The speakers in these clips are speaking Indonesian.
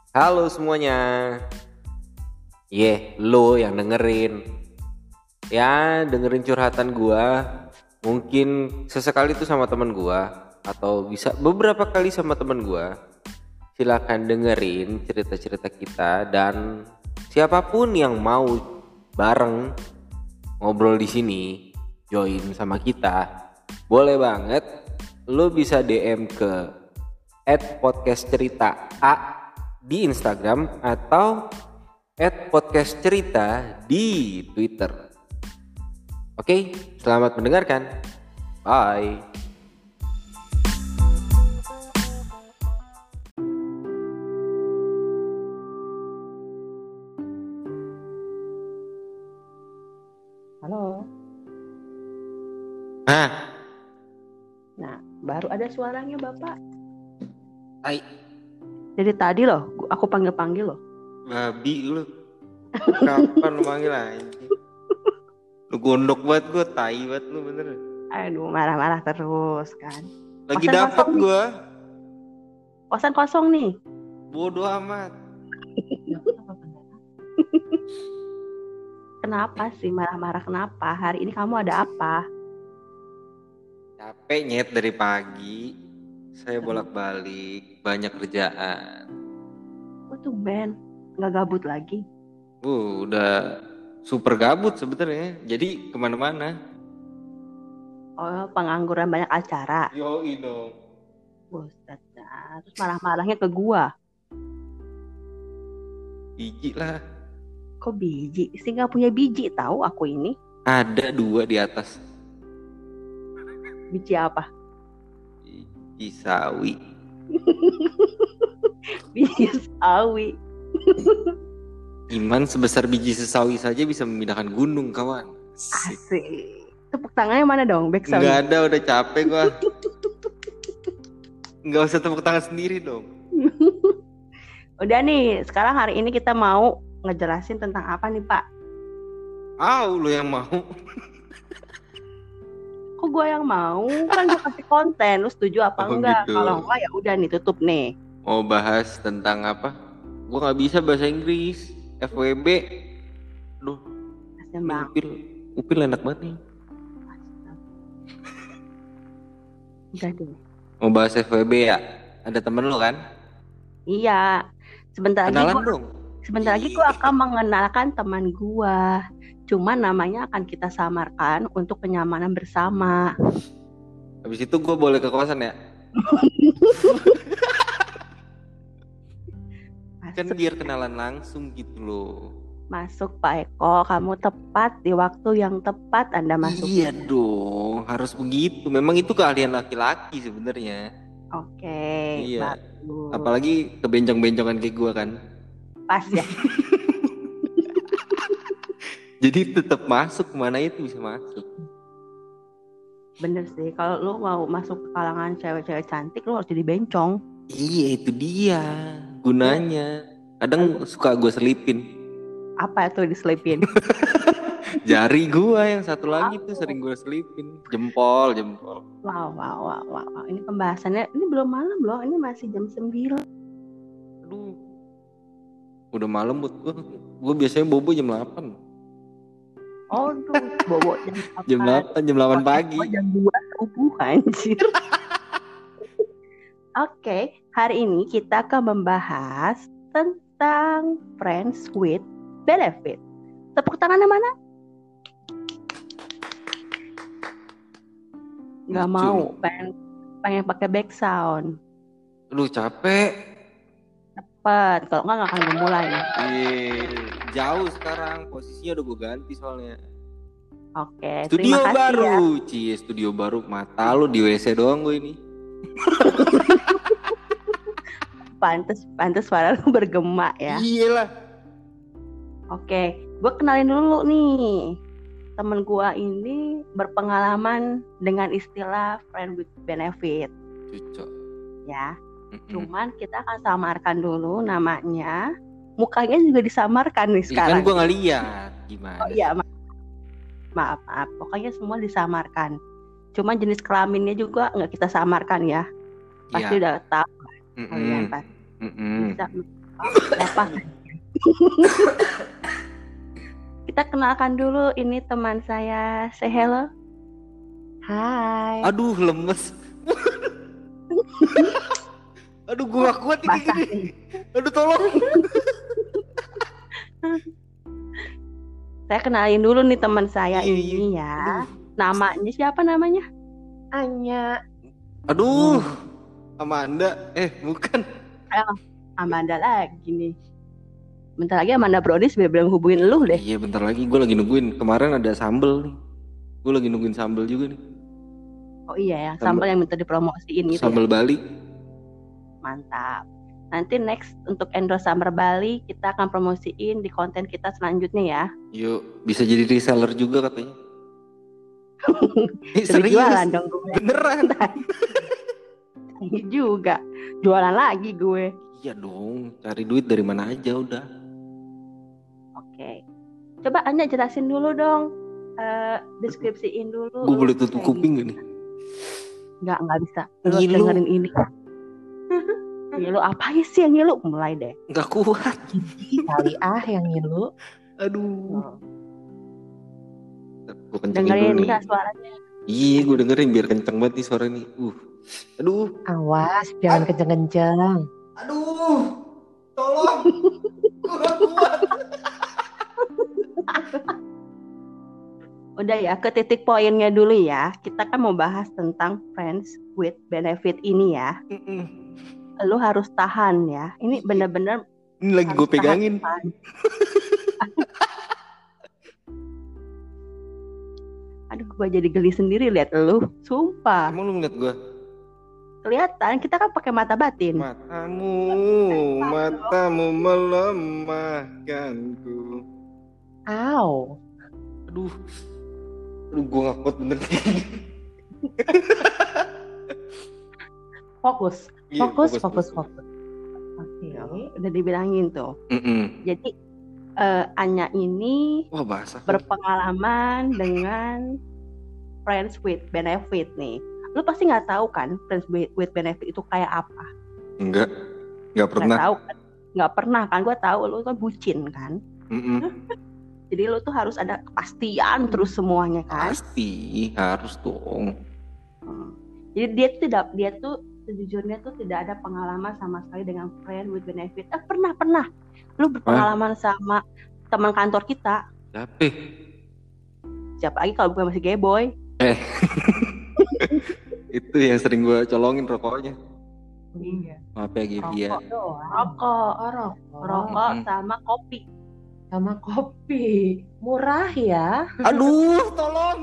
Halo semuanya. Lo yang dengerin. Ya, dengerin curhatan gua. Mungkin sesekali tuh sama teman gua atau bisa beberapa kali sama teman gua. Silakan dengerin cerita-cerita kita dan siapapun yang mau bareng ngobrol di sini, join sama kita. Boleh banget. Lo bisa DM ke @podcastcerita_a di Instagram atau @podcastcerita di Twitter. Oke, selamat mendengarkan. Bye. Halo. Nah, Nah, baru ada suaranya Bapak. hai, Dari tadi loh, aku panggil-panggil loh. babi lu. Kapan lu manggil anjing? Lu gondok banget gua, tai banget lu bener. Aduh, marah-marah terus kan. Lagi Kosan dapet kosong nih. gua. Kosan kosong nih. Bodoh amat. Kenapa sih marah-marah kenapa? Hari ini kamu ada apa? Capek nyet dari pagi. Saya bolak-balik, banyak kerjaan. Oh tuh Ben, nggak gabut lagi. Udah super gabut sebenarnya. Jadi kemana-mana. Oh, pengangguran banyak acara. Yoi dong. Buset dah. Terus marah-marahnya ke gua. Biji lah. Kok biji? Sih nggak punya biji tahu aku ini. Ada 2 di atas. Biji apa? Biji sawi. Biji sawi. Iman sebesar biji sesawi saja bisa memindahkan gunung, kawan. Asik. Tepuk tangannya mana dong? Back sound. Nggak ada, udah capek gua. Nggak usah tepuk tangan sendiri dong. Udah nih, sekarang hari ini kita mau ngejelasin tentang apa nih Pak? Lu yang mau. Kok gue yang mau? Kan gue kasih konten, lu setuju apa enggak? Gitu. Kalau enggak ya udah nih tutup nih. Mau bahas tentang apa? Gua nggak bisa bahasa Inggris. FWB. Duh, Kasian bang. Upil enak banget nih. Udah deh. Mau bahas FWB ya? Ada temen lo kan? Iya. Sebentar Kenalan lagi dong. gue akan mengenalkan teman gue. Cuma namanya akan kita samarkan untuk kenyamanan bersama. Habis itu gue boleh ke kosan ya? Kan biar kenalan langsung gitu loh. Masuk Pak Eko, kamu tepat di waktu yang tepat Anda masuk. Iya dong, harus begitu. Memang itu keahlian laki-laki sebenarnya. Oke, Iya. bagus. Apalagi kebencong-bencongan kayak gue kan. Pas ya. Jadi tetap masuk, kemana itu bisa masuk. Bener sih, kalau lu mau masuk ke kalangan cewek-cewek cantik, lu harus jadi bencong. Iya, itu dia gunanya. Kadang suka gue selipin. Apa itu diselipin? Jari gue yang satu lagi tuh sering gue selipin. Jempol. Wow. Ini pembahasannya, ini belum malam loh, ini masih jam 9. Aduh, udah malam buat gue. Gue biasanya bobo jam 8. Oh tuh, bobo jam 8 pagi. Jam 2 subuh anjir. Oke, hari ini kita akan membahas tentang friends with benefit. Tepuk tangannya mana? Nggak mau, pengen pakai back sound. Aduh, capek. Cepet, kalau nggak akan gue mulai. Jauh sekarang, posisinya udah gue ganti soalnya. Oke, studio terima kasih baru ya. Studio baru, mata lu di WC doang gue ini. Pantes suara lu bergema ya. Iyalah. Oke, gue kenalin dulu nih. Temen gue ini berpengalaman dengan istilah friend with benefit. Cucok. Ya, cuman kita akan samarkan dulu namanya. Mukanya juga disamarkan nih sekarang. Kan gue nggak lihat gimana. Oh iya, maaf. Pokoknya semua disamarkan. Cuma jenis kelaminnya juga nggak kita samarkan ya. Pasti udah tahu kalian pasti. Bisa Apa? Kita kenalkan dulu, ini teman saya. Say hello. Hai. Aduh, lemes. Aduh, gue gak kuat ini Basah gini. nih. Aduh, tolong. Saya kenalin dulu nih teman saya Iya, ini iya. ya. Aduh. Namanya siapa namanya? Anya. Aduh. Amanda. Bukan. Amanda lagi nih. Bentar lagi Amanda Brodis bilang hubungin lu deh. Iya, bentar lagi gue lagi nungguin. Kemarin ada sambel nih. Gue lagi nungguin sambel juga nih. Oh iya ya, sambal yang minta dipromosiin gitu Sambel ya. Bali. Mantap. Nanti next untuk endorse Summer Bali kita akan promosiin di konten kita selanjutnya ya. Yuk, bisa jadi reseller juga katanya. Jadi jualan dong gue. Beneran. Ini juga jualan lagi gue. Iya dong, cari duit dari mana aja udah. Oke. Coba Anya jelasin dulu dong. Deskripsiin dulu. Gue boleh tutup kuping gak nih? Nggak bisa. Lu Ngilu. dengerin ini. Ngilu apa sih yang ngilu? Mulai deh. Gak kuat. Kali yang ngilu. Aduh. Gue kencengin Dengerin dulu nih. nggak suaranya? Iya, gue dengerin biar kenceng banget nih suara nih. Aduh. Awas, jangan kenceng-kenceng. Aduh. Tolong. Gue gak kuat. Udah ya, ke titik poinnya dulu ya. Kita kan mau bahas tentang friends with benefit ini ya. Lu harus tahan ya. Ini bener-bener Ini lagi gue harus pegangin. tahan. Aduh, gue jadi geli sendiri lihat lu. Sumpah. Emang lu ngeliat gue? Kelihatan, kita kan pakai mata batin. Matamu melemahkanku. Aw. Aduh, gue gak kuat bener. Fokus. Iya, Fokus. Oke. Udah dibilangin tuh. Jadi Anya ini Wah, basah. berpengalaman dengan friends with benefit nih. Lu pasti nggak tahu kan friends with benefit itu kayak apa? Nggak Nggak pernah. tahu kan? Nggak pernah kan? Gue tahu lu kan bucin kan. Jadi lu tuh harus ada kepastian terus semuanya kan. Pasti harus dong. Jadi dia tuh sejujurnya tuh tidak ada pengalaman sama sekali dengan friend with benefit. Pernah. Lu berpengalaman sama teman kantor kita. Siapa lagi kalau bukan masih gay boy? Itu yang sering gue colongin rokoknya. Iya. Maaf ya Gevia. Rokok doang. Rokok sama kopi. Sama kopi. Murah ya. Aduh, tolong.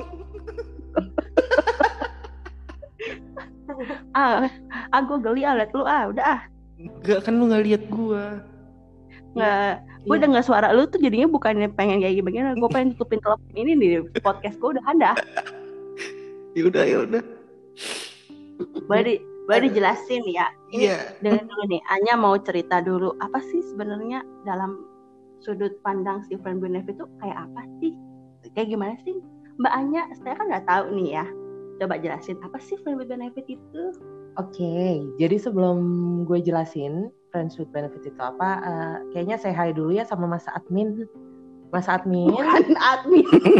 Gue geli liat lu udah Enggak, kan lu gak lihat gue. nggak. Gue denger suara lu tuh jadinya bukannya pengen kayak gini, gue pengen tutupin telepon ini di podcast gue udah ada. Ya udah. Boleh dijelasin ya. Ini dengan dulu nih, Anya mau cerita dulu apa sih sebenarnya dalam sudut pandang si friend benefit itu kayak apa sih? Kayak gimana sih Mbak Anya? Saya kan nggak tahu nih ya. Coba jelasin apa sih friend with benefit itu? Oke, jadi sebelum gue jelasin friends with benefit itu apa, kayaknya say hi dulu ya sama Mas Admin. Mas Admin. Bukan admin.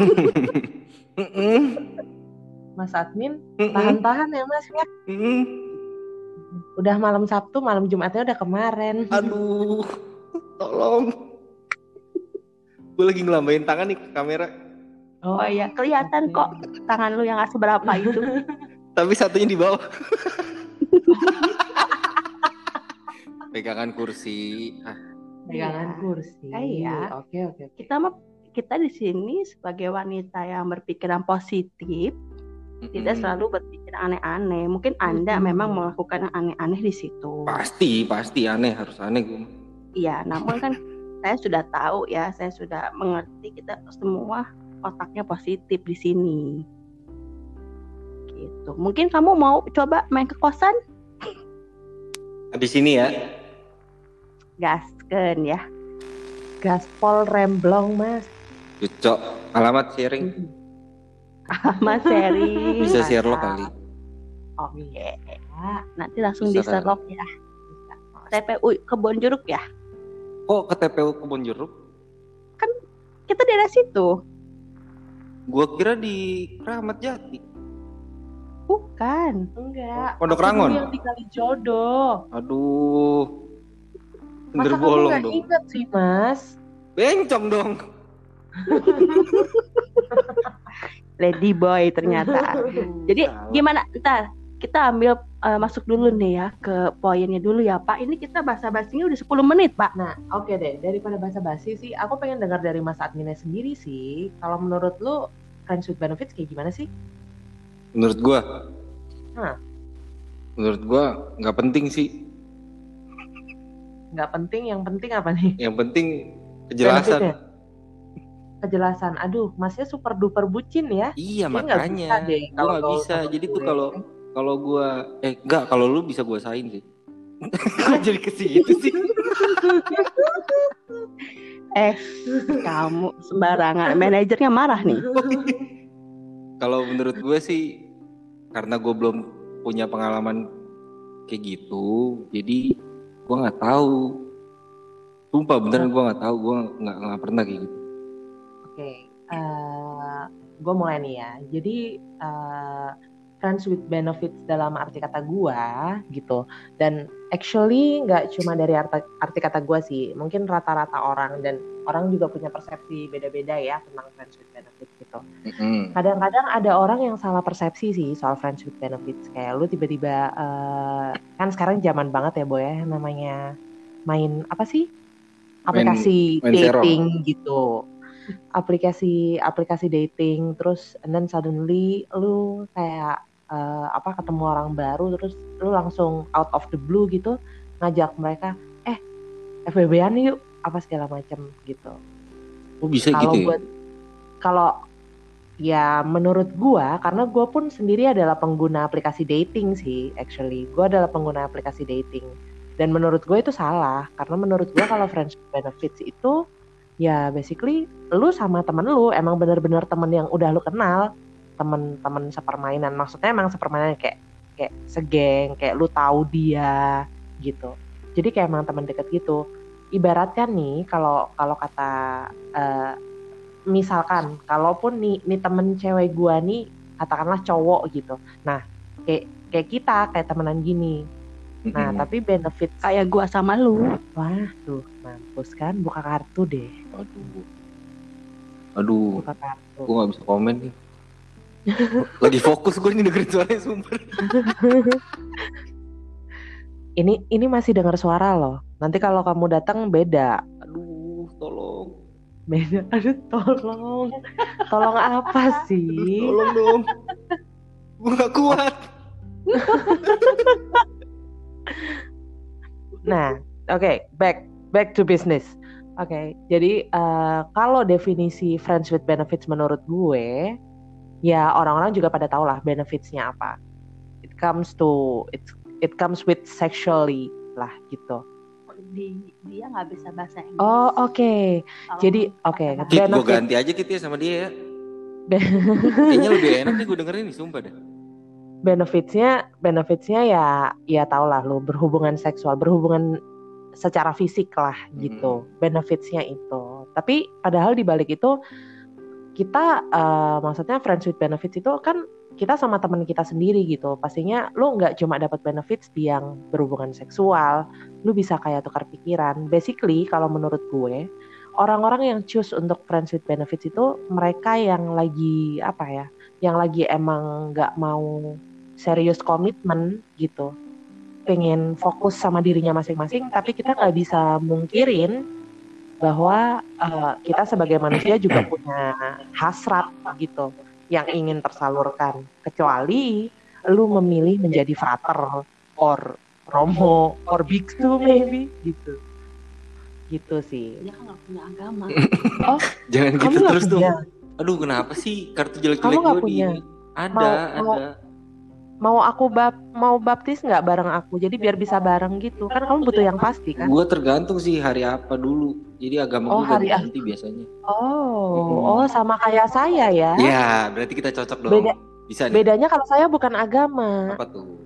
Mas Admin, tahan-tahan ya Mas ya. Udah malam Sabtu, malam Jumatnya udah kemarin. Aduh, tolong. Gue lagi ngelambain tangan nih ke kamera. Oh iya, kelihatan kok tangan lu yang gak seberapa itu. Tapi satunya di bawah. Pegangan kursi. Pegangan kursi. Iya. Oke. Kita di sini sebagai wanita yang berpikiran positif, tidak selalu berpikir aneh-aneh. Mungkin Anda memang melakukan yang aneh-aneh di situ. Pasti aneh, harus aneh gue. Iya, namun kan saya sudah tahu ya, saya sudah mengerti kita semua otaknya positif di sini. Gitu. Mungkin kamu mau coba main ke kosan? Habis ini ya. Gasken ya. Gaspol Remblong Mas. Cocok. Alamat sharing. Mas Seri. Bisa share lo kali. Oke. Nanti langsung Bisa di Sherlock ya. TPU Kebon Jeruk ya. Kok ke TPU Kebon Jeruk? Kan kita daerah situ. Gua kira di Kramat Jati. Bukan. Enggak. Pondok Aku Rangon. dulu yang di Kalijodo. Aduh. Masa kamu Bolong nggak dong. ingat sih, Mas? Bencong dong. Lady boy ternyata. Jadi gimana? Ntar kita ambil masuk dulu nih ya ke poinnya dulu ya Pak. Ini kita basa-basinya udah 10 menit Pak. Nah, oke deh. Daripada basa-basi sih, aku pengen dengar dari Mas adminnya sendiri sih. Kalau menurut lu, friends with benefits kayak gimana sih? Menurut gua. Hah. Menurut gua nggak penting sih. Nggak penting, yang penting apa nih? Yang penting kejelasan. Benefitnya? Kejelasan. Aduh, Masnya super duper bucin ya. Iya, Dia nggak makanya. bisa deh Gua nggak kalau bisa. sama Jadi tuh gue. kalau gua kalau lu bisa gua sain sih. Kok jadi ke situ sih? Kamu sembarangan. Manajernya marah nih. Kalau menurut gue sih karena gue belum punya pengalaman kayak gitu, jadi gue nggak tahu. Sumpah beneran gue nggak tahu, gue nggak pernah kayak gitu. Oke, gue mulai nih ya. Jadi friends with benefits dalam arti kata gue gitu. Dan actually nggak cuma dari arti kata gue sih. Mungkin rata-rata orang dan orang juga punya persepsi beda-beda ya tentang friends with benefits gitu. Kadang-kadang ada orang yang salah persepsi sih soal friends with benefits. Kayak lu tiba-tiba kan sekarang zaman banget ya Boy ya, namanya main apa sih? Aplikasi main dating gitu. Aplikasi dating, terus and then suddenly lu kayak ketemu orang baru, terus lu langsung out of the blue gitu ngajak mereka FWB-an yuk apa segala macam gitu. Oh bisa gitu ya? Kalau ya menurut gua, karena gua pun sendiri adalah pengguna aplikasi dating sih, actually gua adalah pengguna aplikasi dating, dan menurut gua itu salah. Karena menurut gua kalau friends with benefits itu ya basically lu sama temen lu emang benar-benar temen yang udah lu kenal, temen sepermainan. Maksudnya emang sepermainan kayak segeng, kayak lu tahu dia gitu. Jadi kayak emang temen deket gitu. Ibaratkan nih kalau kata misalkan kalaupun nih temen cewek gua nih katakanlah cowok gitu. Nah, kayak kita kayak temenan gini. Nah, tapi benefit kayak gua sama lu. Wah, tuh mampus kan, buka kartu deh. Aduh. Buka kartu. Gue nggak bisa komen nih. Lagi fokus gue nih dengerin suaranya sumber. Ini masih dengar suara loh. Nanti kalau kamu datang beda. Aduh, tolong. Beda. Aduh, tolong. Tolong apa sih? Tolong dong. Gue gak kuat. Nah, oke, back to business. Oke, jadi kalau definisi friends with benefits menurut gue, ya orang-orang juga pada tahu lah benefitsnya apa. It comes with sexually lah gitu. Dia nggak bisa bahasa Inggris. Oh oke. Jadi oke. Kit, gue ganti aja Kit ya sama dia ya. Kayaknya lebih enak nih gue dengerin nih, sumpah deh. Benefitsnya ya tau lah lu, berhubungan seksual, berhubungan secara fisik lah gitu. Benefitsnya itu. Tapi padahal di balik itu kita maksudnya friends with benefits itu kan kita sama teman kita sendiri gitu. Pastinya lu nggak cuma dapat benefits di yang berhubungan seksual, lu bisa kayak tukar pikiran. Basically kalau menurut gue, orang-orang yang choose untuk friends with benefits itu mereka yang lagi yang lagi emang nggak mau serius komitmen gitu, pengen fokus sama dirinya masing-masing. Tapi kita nggak bisa mungkirin bahwa kita sebagai manusia juga punya hasrat gitu yang ingin tersalurkan, kecuali lu memilih menjadi frater or romo or biksu maybe gitu sih. Dia kan nggak punya agama. Oh, jangan kamu gitu terus punya? tuh. Aduh, kenapa sih kartu jelek-jelek Kamu nggak gue punya? di ada. Mau aku mau baptis nggak bareng aku? Jadi biar bisa bareng gitu. Kan kamu butuh yang pasti kan? Gue tergantung sih hari apa dulu. Jadi agama gue ganti biasanya. Oh, sama kayak saya ya. Ya, berarti kita cocok dong. Bisa nih. Bedanya kalau saya bukan agama. Apa tuh?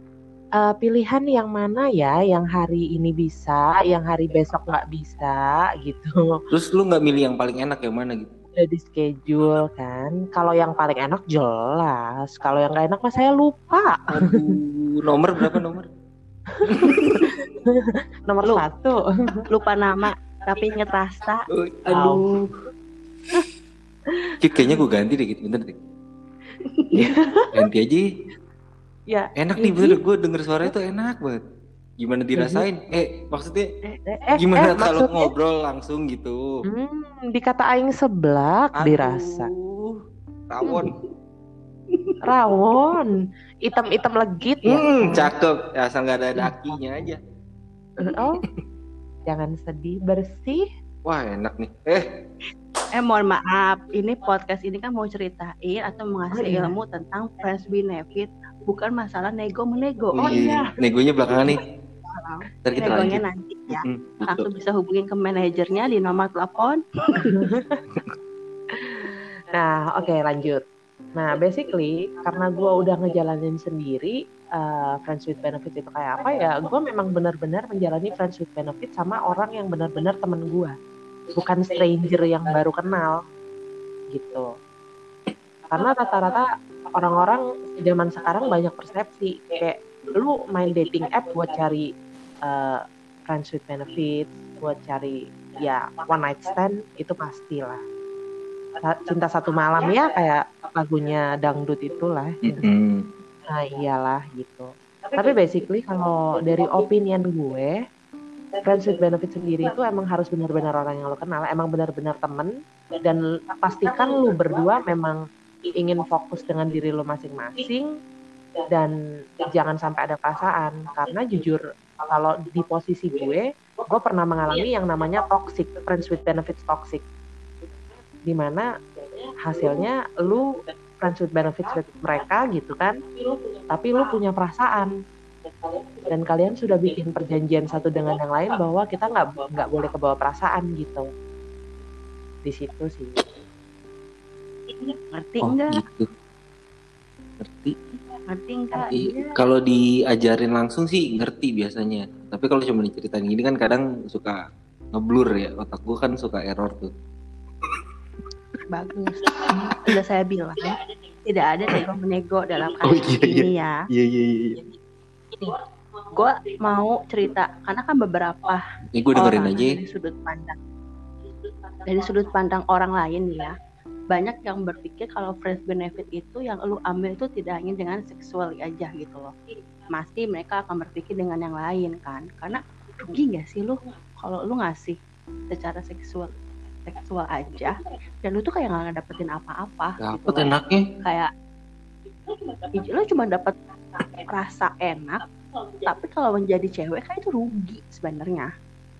pilihan yang mana ya, yang hari ini bisa, yang hari besok nggak bisa gitu. Terus lu nggak milih yang paling enak yang mana gitu? Udah di schedule kan. Kalau yang paling enak jelas. Kalau yang nggak enak mah saya lupa. Aduh, nomor berapa nomor? Nomor 1. Lupa nama tapi inget rasa. Aduh. Kayaknya gue ganti deh gitu, bener deh. Ganti aja. Ya. Enak nih bener, gue denger suara itu enak banget. Gimana dirasain? Maksudnya gimana kalau ngobrol langsung gitu? Dikata aing seblak. Aduh, dirasa. Rawon. Hitam-hitam legit ya. Cakep. Asal gak ada dakinya aja. Oh, jangan sedih, bersih. Wah enak nih. Mohon maaf, ini podcast ini kan mau ceritain atau mengasih ilmu tentang friends benefit, bukan masalah nego-menego. Oh iya. Negonya belakangan nih. Negonya nanti ya. Langsung bisa hubungin ke manajernya di nomor telepon. Nah, oke, lanjut. Nah, basically karena gue udah ngejalanin sendiri friends with benefit itu kayak apa ya, gue memang benar-benar menjalani friends with benefit sama orang yang benar-benar temen gue, bukan stranger yang baru kenal gitu. Karena rata-rata orang-orang zaman sekarang banyak persepsi kayak lu main dating app buat cari friends with benefit, buat cari ya one night stand, itu pastilah cinta satu malam ya, kayak lagunya dangdut itulah. Nah iyalah gitu. Tapi basically kalau dari opinion gue, friends with benefit sendiri itu emang harus benar-benar orang yang lo kenal, emang benar-benar temen, dan pastikan lu berdua memang ingin fokus dengan diri lo masing-masing dan jangan sampai ada perasaan. Karena jujur kalau di posisi gue pernah mengalami yang namanya toxic, friends with benefits toxic, dimana hasilnya lu friends with benefits with mereka gitu kan, tapi lu punya perasaan dan kalian sudah bikin perjanjian satu dengan yang lain bahwa kita nggak boleh kebawa perasaan gitu. Di situ sih. Ngerti enggak? Gitu. Ngerti enggak? Kalau diajarin langsung sih ngerti biasanya, tapi kalau cuma diceritain gini kan kadang suka ngeblur ya, otak gue kan suka error tuh. Bagus. Sudah saya bilang tidak ada nego-menego dalam kasus ini ya. Iya. Gue mau cerita karena kan beberapa gue dengerin aja dari sudut pandang orang lain ya. Banyak yang berpikir kalau friends benefit itu yang lu ambil itu tidak hanya dengan seksual aja gitu loh. Masih mereka akan berpikir dengan yang lain kan. Karena rugi gak sih lu kalau lu ngasih secara seksual aja dan lu tuh kayak nggak dapetin apa-apa. Dapet gitu enaknya. Kayak lu cuma dapet rasa enak, tapi kalau menjadi cewek kan itu rugi sebenarnya.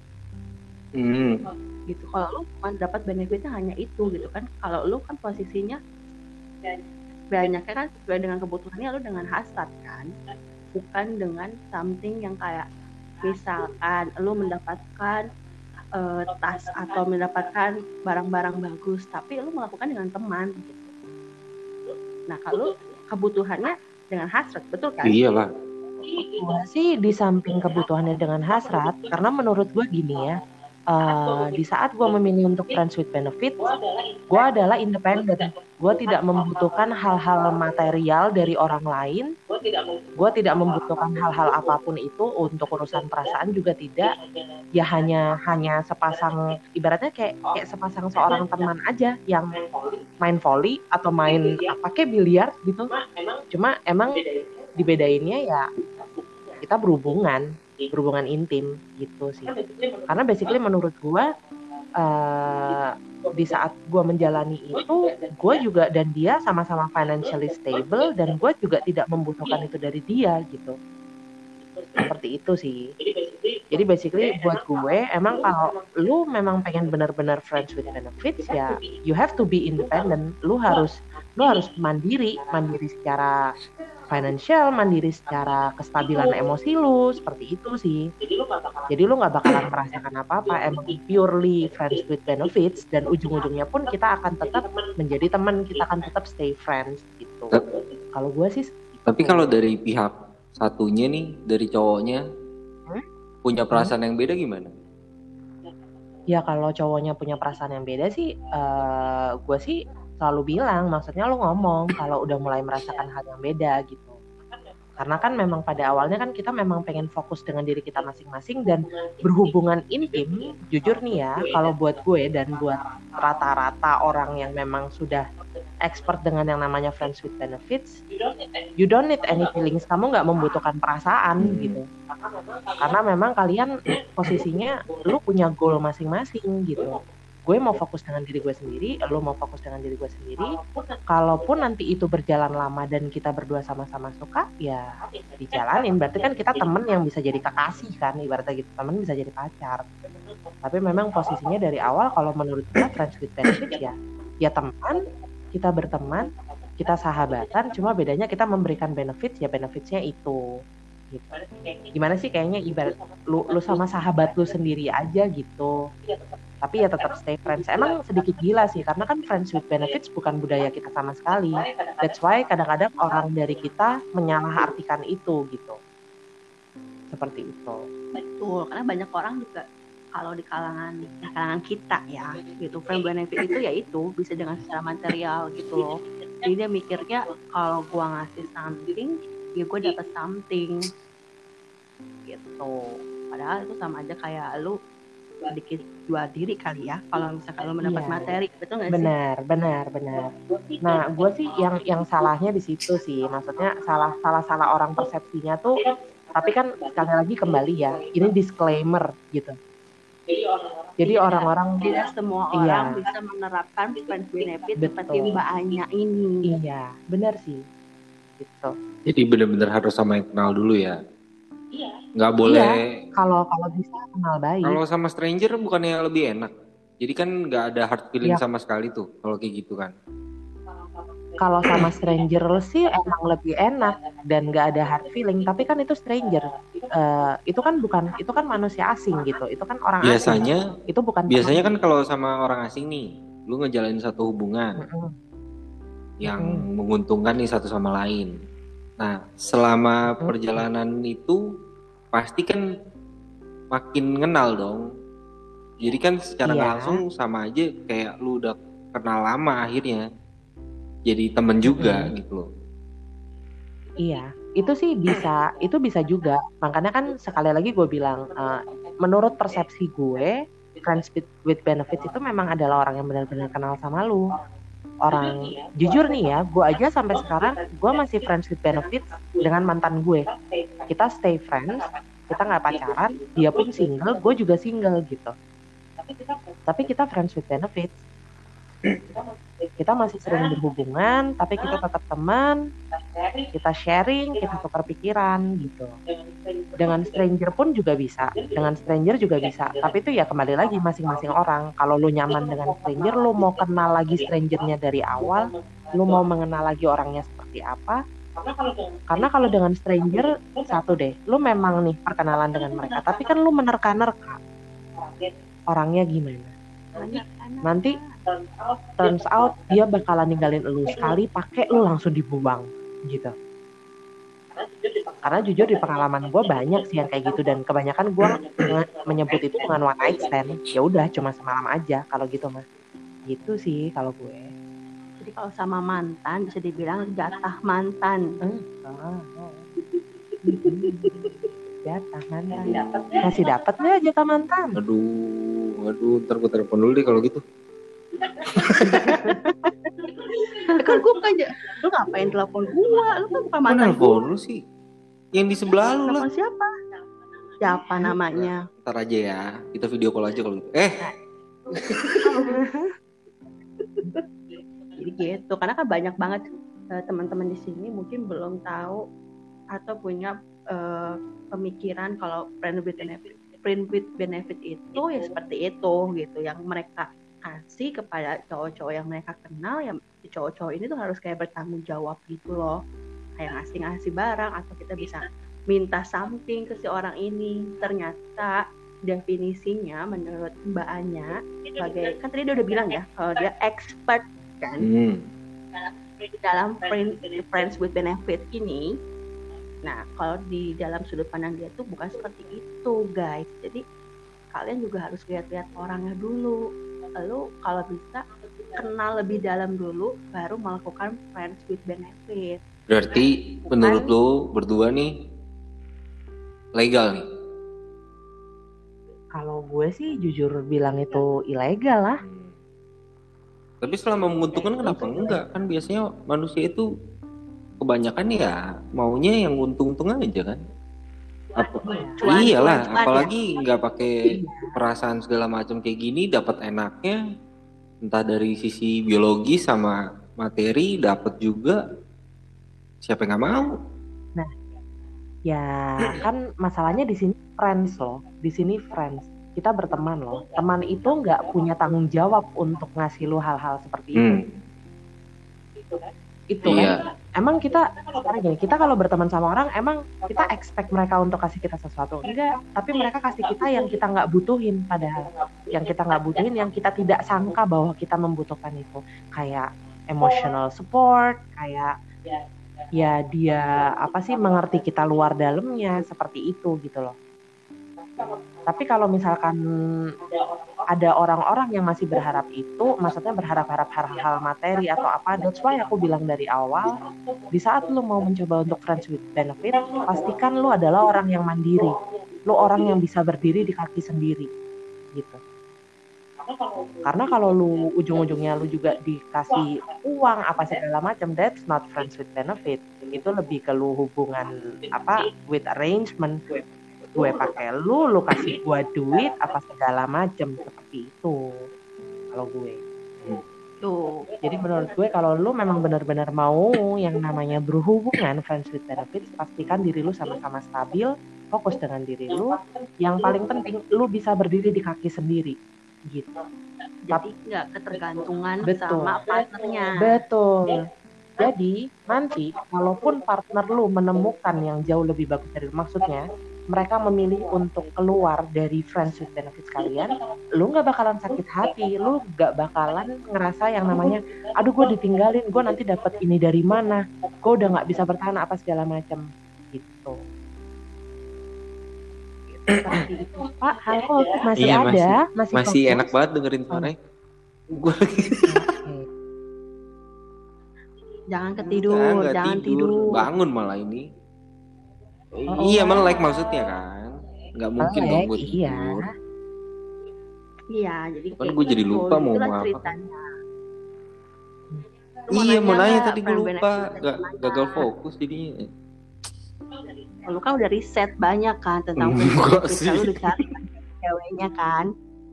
Gitu. Kalau lu cuma dapat benefitnya hanya itu gitu kan. Kalau lu kan posisinya banyaknya kan sesuai dengan kebutuhannya, lu dengan hasrat kan, bukan dengan something yang kayak misalkan lu mendapatkan tas atau mendapatkan barang-barang bagus, tapi lu melakukan dengan teman gitu. Nah kalau kebutuhannya dengan hasrat, betul kan? Iya lah. Gue sih di samping kebutuhannya dengan hasrat, karena menurut gue gini ya, di saat gue memilih untuk friends with benefit, gue adalah independen. Gue tidak membutuhkan hal-hal material dari orang lain. Gue tidak membutuhkan hal-hal apapun itu untuk urusan perasaan juga tidak. Ya hanya sepasang, ibaratnya kayak sepasang seorang teman aja yang main volley atau main apa kayak biliar gitu. Cuma emang dibedainnya ya kita berhubungan intim gitu sih. Karena basically menurut gue di saat gue menjalani itu, gue juga dan dia sama-sama financially stable dan gue juga tidak membutuhkan itu dari dia gitu. Seperti itu sih. Jadi basically buat gue emang kalau lu memang pengen benar-benar friends with benefits ya you have to be independent. Lu harus mandiri secara financial, mandiri secara kestabilan emosi lu, seperti itu sih. Jadi lu nggak bakalan merasakan apa-apa, emang purely friends with benefits, dan ujung-ujungnya pun kita akan tetap menjadi teman, kita akan tetap stay friends gitu. Kalau gue sih. Tapi kalau dari pihak satunya nih dari cowoknya punya perasaan yang beda gimana? Ya kalau cowoknya punya perasaan yang beda sih, gue sih selalu bilang, maksudnya lu ngomong kalau udah mulai merasakan hal yang beda gitu. Karena kan memang pada awalnya kan kita memang pengen fokus dengan diri kita masing-masing dan berhubungan intim, jujur nih ya, kalau buat gue dan buat rata-rata orang yang memang sudah expert dengan yang namanya friends with benefits, you don't need any feelings, kamu nggak membutuhkan perasaan gitu. Karena memang kalian posisinya lu punya goal masing-masing gitu. Gue mau fokus dengan diri gue sendiri, lu mau fokus dengan diri gue sendiri. Kalaupun nanti itu berjalan lama dan kita berdua sama-sama suka, ya dijalanin. Berarti kan kita temen yang bisa jadi kekasih kan, ibaratnya gitu, temen bisa jadi pacar. Tapi memang posisinya dari awal kalau menurut gue friends with benefits ya teman, kita berteman, kita sahabatan, cuma bedanya kita memberikan benefits, ya benefitsnya itu gitu. Gimana sih kayaknya ibarat lu sama sahabat lu sendiri aja gitu, tapi ya tetap stay friends. Emang sedikit gila sih karena kan friends with benefits bukan budaya kita sama sekali. That's why kadang-kadang orang dari kita menyalahartikan itu gitu, seperti itu. Betul, karena banyak orang juga kalau di kalangan kita ya gitu, friend benefit itu ya itu bisa dengan secara material gitu loh. Jadi dia mikirnya kalau gua ngasih something ya gue dapet something gitu. Padahal itu sama aja kayak lu sedikit jual diri kali ya kalau misalkan lu mendapat materi, betul nggak sih? Benar. Nah, gue sih yang salahnya di situ sih, maksudnya salah orang persepsinya tuh. Tapi kan sekali lagi kembali ya, ini disclaimer gitu. Jadi orang-orang tidak semua orang bisa menerapkan friends benefit seperti Mbak Anya ini. Iya, benar sih. Gitu. Jadi benar-benar harus sama yang kenal dulu ya. Iya. Nggak boleh. Iya, kalau bisa kenal baik. Kalau sama stranger bukannya lebih enak. Jadi kan nggak ada hard feeling sama sekali tuh kalau kayak gitu kan. Kalau sama stranger sih emang lebih enak dan nggak ada hard feeling. Tapi kan itu stranger. Itu kan manusia asing gitu. Itu kan orang biasanya, asing. Itu bukan. Biasanya kan kalau sama orang asing nih, lu ngejalanin satu hubungan yang menguntungkan nih satu sama lain. Nah, selama perjalanan itu pasti kan makin kenal dong. Jadi kan secara langsung sama aja kayak lu udah kenal lama akhirnya. Jadi temen juga gitu loh. Iya, itu sih bisa, itu bisa juga. Makanya kan sekali lagi gue bilang, menurut persepsi gue, friends with benefits itu memang adalah orang yang benar-benar kenal sama lu. Orang jujur nih ya, gue aja sampai sekarang gue masih friends with benefits dengan mantan gue. Kita stay friends, kita nggak pacaran, dia pun single, gue juga single gitu. Tapi kita friends with benefits. Kita masih sering berhubungan, tapi kita tetap teman, kita sharing, kita tukar pikiran gitu. Dengan stranger pun juga bisa, dengan stranger juga bisa. Tapi itu ya kembali lagi masing-masing orang. Kalau lu nyaman dengan stranger, lu mau kenal lagi strangernya dari awal, lu mau mengenal lagi orangnya seperti apa. Karena kalau dengan stranger, satu deh, lu memang nih perkenalan dengan mereka, tapi kan lu menerka-nerka orangnya gimana. Nanti turns out dia bakalan ninggalin lu sekali pakai lu langsung dibuang gitu. Karena jujur di pengalaman gue banyak sih yang kayak gitu dan kebanyakan gue menyebut itu dengan one night stand. Ya udah cuma semalam aja kalau gitu mah. Gitu sih kalau gue. Jadi kalau sama mantan bisa dibilang jatah mantan. Jatah mantan. Masih dapat nggak jatah mantan? Aduh, ntar gue telepon dulu deh kalau gitu. Kan gue bukan lu ngapain telepon gue? Lu kan bukan mantan gue. Lu sih yang di sebelah lu lah. Siapa namanya? Ntar aja ya, kita video call aja kalau gitu. Jadi gitu, karena kan banyak banget teman-teman di sini mungkin belum tahu atau punya pemikiran kalau friend with benefit itu ya seperti itu gitu, yang mereka kasih kepada cowok-cowok yang mereka kenal. Ya cowok-cowok ini tuh harus kayak bertanggung jawab gitu loh, kayak ngasih barang atau kita bisa minta something ke si orang ini. Ternyata definisinya menurut Mbak Anya sebagai, kan tadi dia udah bilang ya kalau dia expert kan dalam friends with benefit ini, Nah, kalau di dalam sudut pandang dia tuh bukan seperti itu, guys. Jadi kalian juga harus lihat-lihat orangnya dulu. Lalu kalau bisa kenal lebih dalam dulu, baru melakukan friends with benefit. Berarti menurut lo berdua nih legal nih? Kalau gue sih jujur bilang itu ilegal lah. Tapi selama menguntungkan kenapa enggak? Kan biasanya manusia itu kebanyakan ya maunya yang untung-untung aja kan. Iyalah, apalagi nggak pakai perasaan segala macam kayak gini, dapat enaknya entah dari sisi biologi sama materi dapat juga, siapa yang nggak mau? Nah, ya kan masalahnya di sini friends loh, di sini friends, kita berteman loh. Teman itu nggak punya tanggung jawab untuk ngasih lu hal-hal seperti itu. Itu kan emang kita gini, kita kalau berteman sama orang emang kita expect mereka untuk kasih kita sesuatu, enggak, tapi mereka kasih kita yang kita nggak butuhin, padahal yang kita nggak butuhin, yang kita tidak sangka bahwa kita membutuhkan itu, kayak emotional support, kayak ya dia apa sih mengerti kita luar dalamnya seperti itu gitu loh. Tapi kalau misalkan ada orang-orang yang masih berharap itu, maksudnya berharap-harap hal-hal materi atau apa, that's why aku bilang dari awal, di saat lu mau mencoba untuk friends with benefit, pastikan lu adalah orang yang mandiri, lu orang yang bisa berdiri di kaki sendiri, gitu. Karena kalau lu ujung-ujungnya lu juga dikasih uang apa segala macam, that's not friends with benefit, itu lebih ke lu hubungan apa with arrangement. Gue pakai lu kasih gue duit apa segala macem, seperti itu kalau gue tuh. Jadi menurut gue kalau lu memang benar-benar mau yang namanya berhubungan friends with benefits, pastikan diri lu sama-sama stabil, fokus dengan diri lu, yang paling penting lu bisa berdiri di kaki sendiri gitu. Jadi nggak ketergantungan sama partnernya. Betul. Jadi nanti walaupun partner lu menemukan yang jauh lebih bagus dari lu, maksudnya mereka memilih untuk keluar dari friends with benefits kalian, lu gak bakalan sakit hati, lu gak bakalan ngerasa yang namanya, aduh gue ditinggalin, gue nanti dapat ini dari mana, gue udah gak bisa bertahan apa segala macam gitu. Seperti itu. Pak, halo, masih iya, ada? Masih enak banget dengerin suaranya. Gue lagi. Jangan ketidur, jangan tidur. Bangun malah ini. Iya, melek maksudnya kan, nggak mungkin dong gue tidur. Iya, jadi kan gue jadi lupa mau apa. Iya, mau nanya tadi gue lupa, gagal fokus jadinya. Lu kan udah riset banyak kan tentang benefit, lu udah cari ceweknya kan.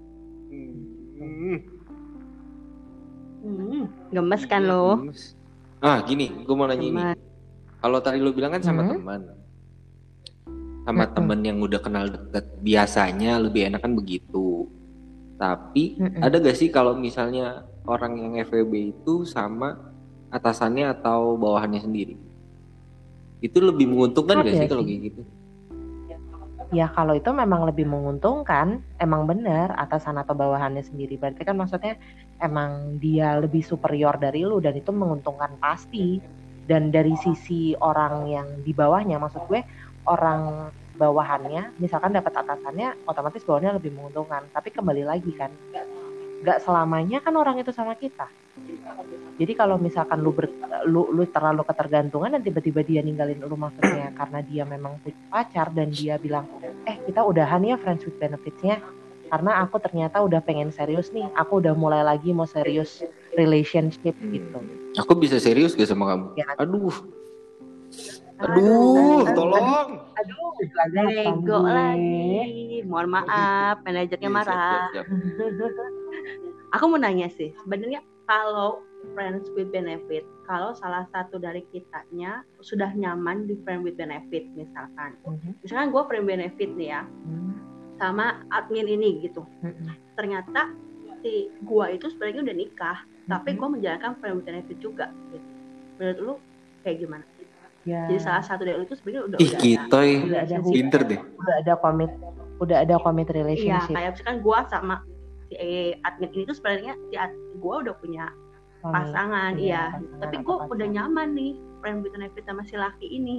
Gemes kan lo? Gini, gue mau nanya ini. Kalau tadi lu bilang kan sama teman. Sama temen yang udah kenal deket, biasanya lebih enak kan begitu. Tapi ada gak sih kalau misalnya orang yang FWB itu sama atasannya atau bawahannya sendiri, itu lebih menguntungkan gak sih kalau kayak gitu? Ya kalau itu memang lebih menguntungkan, emang bener atasan atau bawahannya sendiri. Berarti kan maksudnya emang dia lebih superior dari lu dan itu menguntungkan pasti. Dan dari sisi orang yang di bawahnya, maksud gue orang bawahannya, misalkan dapat atasannya, otomatis bawahannya lebih menguntungkan. Tapi kembali lagi kan, gak selamanya kan orang itu sama kita. Jadi kalau misalkan lu terlalu ketergantungan dan tiba-tiba dia ninggalin lu, maksudnya karena dia memang punya pacar dan dia bilang, kita udahan ya friends with benefits-nya, karena aku ternyata udah pengen serius nih, aku udah mulai lagi mau serius relationship gitu. Aku bisa serius gak sama kamu? Ya. Aduh, tolong. Lego lagi. Mohon maaf, manajernya marah. Siap. Aku mau nanya sih, sebenarnya kalau friends with benefit, kalau salah satu dari kitanya sudah nyaman di friends with benefit, misalkan gue friends benefit nih ya, sama admin ini gitu. Ternyata si gue itu sebenarnya udah nikah, tapi gue menjalankan friends with benefit juga. Gitu. Menurut lu kayak gimana? Ya. Jadi salah satu dari itu sebenarnya udah ada pinter deh. Udah ada commit relationship. Iya, kayak misalkan gue sama si admin ini tuh sebenarnya gue udah punya pasangan, iya. Tapi gue udah nyaman nih friend with benefit sama si laki ini.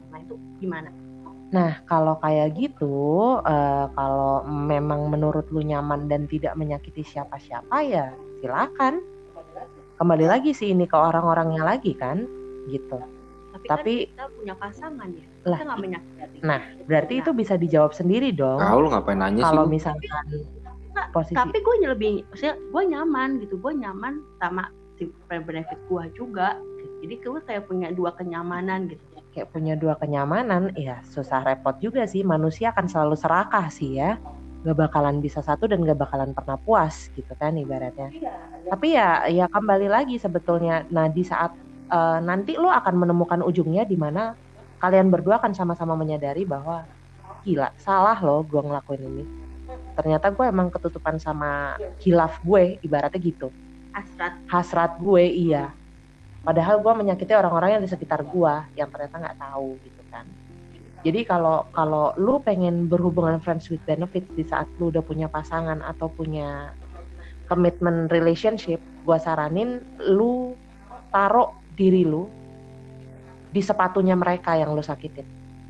Nah itu gimana? Nah kalau kayak gitu, kalau memang menurut lu nyaman dan tidak menyakiti siapa-siapa ya silakan. Kembali lagi sih ini ke orang-orangnya lagi kan, gitu. Tapi kan kita punya pasangan ya, kita nggak menyakiti. Nah berarti itu bisa dijawab sendiri dong. Lu ngapain nanya sih? Kalau misalkan posisi. Tapi gue lebih, maksudnya gue nyaman gitu, gue nyaman sama si friend benefit gue juga. Jadi gue kayak punya dua kenyamanan gitu. Kayak punya dua kenyamanan, ya susah repot juga sih. Manusia akan selalu serakah sih ya. Gak bakalan bisa satu dan gak bakalan pernah puas gitu kan ibaratnya. Tapi ya kembali lagi sebetulnya. Nah di saat nanti lo akan menemukan ujungnya di mana kalian berdua akan sama-sama menyadari bahwa gila salah lo gue ngelakuin ini. Ternyata gue emang ketutupan sama khilaf gue ibaratnya gitu. Hasrat gue iya. Padahal gue menyakiti orang-orang yang di sekitar gue yang ternyata nggak tahu gitu kan. Jadi kalau lu pengen berhubungan friends with benefits di saat lu udah punya pasangan atau punya commitment relationship, gue saranin lu taruh diri lu di sepatunya mereka yang lu sakitin.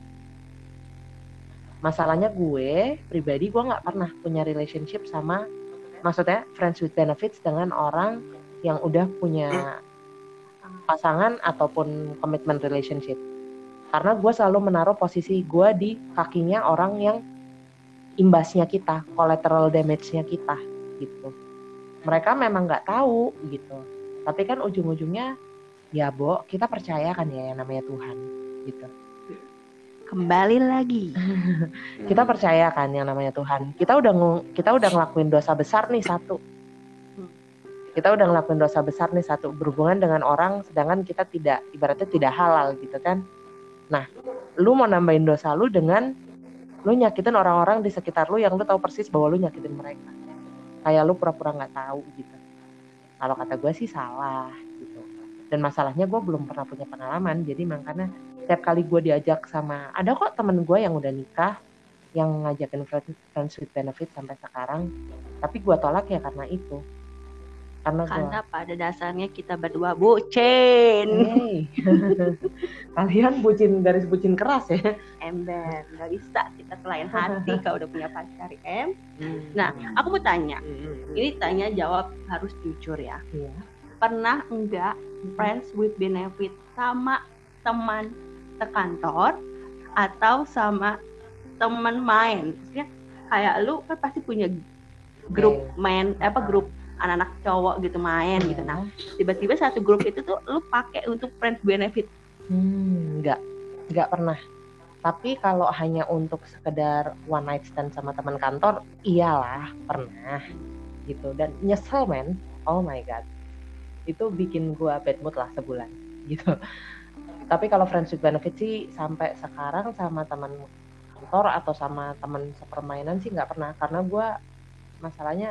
Masalahnya gue pribadi gue nggak pernah punya relationship sama, maksudnya friends with benefits dengan orang yang udah punya pasangan ataupun commitment relationship. Karena gue selalu menaruh posisi gue di kakinya orang yang imbasnya kita, collateral damage-nya kita gitu. Mereka memang nggak tahu gitu. Tapi kan ujung-ujungnya ya Bo, kita percaya kan ya yang namanya Tuhan gitu. Kembali lagi. Kita percaya kan yang namanya Tuhan. Kita udah ngelakuin dosa besar nih satu. Kita udah ngelakuin dosa besar nih satu, berhubungan dengan orang sedangkan kita tidak, ibaratnya tidak halal gitu kan. Nah, lu mau nambahin dosa lu dengan lu nyakitin orang-orang di sekitar lu yang lu tahu persis bahwa lu nyakitin mereka. Kayak lu pura-pura nggak tahu gitu. Kalau kata gue sih salah gitu. Dan masalahnya gue belum pernah punya pengalaman, jadi makanya setiap kali gue diajak sama, ada kok temen gue yang udah nikah, yang ngajakin friends with benefit sampai sekarang, tapi gue tolak ya karena itu. Karena pada dasarnya kita berdua bucin. Hey. Kalian garis bucin keras ya. Ember, nggak bisa kita selain hati kalau udah punya pacar Nah, aku mau tanya. Ini tanya jawab harus jujur ya. Iya. Pernah enggak friends with benefit sama teman sekantor atau sama teman main? Maksudnya kayak lu kan pasti punya grup main, grup anak-anak cowok gitu main gitu. Nah, tiba-tiba satu grup itu tuh lu pakai untuk friends benefit. Enggak pernah. Tapi kalau hanya untuk sekedar one night stand sama teman kantor, iyalah pernah gitu. Dan nyesel men, oh my god, itu bikin gua bad mood lah sebulan gitu. Tapi kalau friends with benefit sih sampai sekarang sama teman kantor atau sama teman sepermainan sih nggak pernah, karena gua masalahnya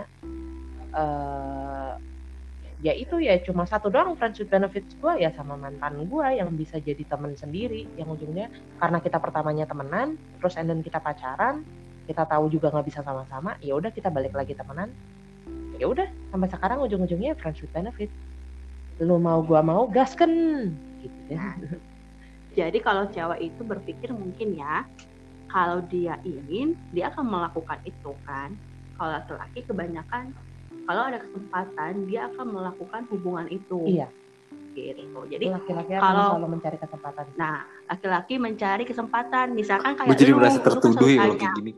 ya itu ya cuma satu doang friends with benefits gue ya sama mantan gue yang bisa jadi teman sendiri, yang ujungnya karena kita pertamanya temenan terus and then kita pacaran, kita tahu juga nggak bisa sama-sama, ya udah kita balik lagi temenan, ya udah sampai sekarang ujung-ujungnya friends with benefits. Lu mau gue mau gasken gitu ya. Jadi kalau cewek itu berpikir mungkin ya kalau dia ingin dia akan melakukan itu kan. Kalau laki-laki kebanyakan kalau ada kesempatan dia akan melakukan hubungan itu. Iya. Gitu. Jadi laki-laki akan selalu mencari kesempatan. Nah, laki-laki mencari kesempatan. Misalkan kayak gue jadi merasa tertuduh ya kalau kayak gini.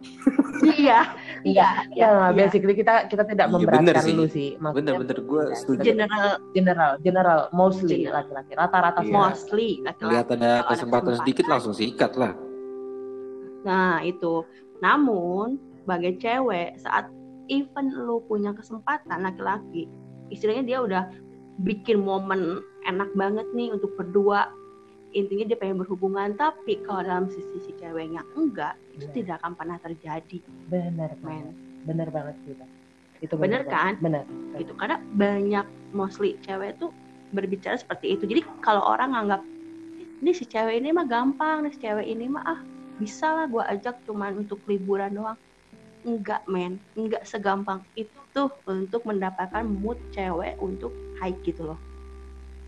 Iya. Basically kita tidak memberatkan lu sih. Bener gue setuju. General mostly laki-laki. Rata-rata mostly laki-laki. Lihat ada kesempatan sedikit langsung sikat lah. Nah, itu. Namun sebagai cewek saat even lu punya kesempatan laki-laki, istilahnya dia udah bikin momen enak banget nih untuk berdua, intinya dia pengen berhubungan, tapi kalau dalam sisi si ceweknya enggak, itu tidak akan pernah terjadi. Benar banget kita. Itu benar kan? Benar. Itu karena banyak mostly cewek tuh berbicara seperti itu. Jadi kalau orang nganggap ini si cewek ini mah gampang, nih si cewek ini mah bisa lah gue ajak cuman untuk liburan doang. Enggak segampang itu untuk mendapatkan mood cewek untuk high gitu loh.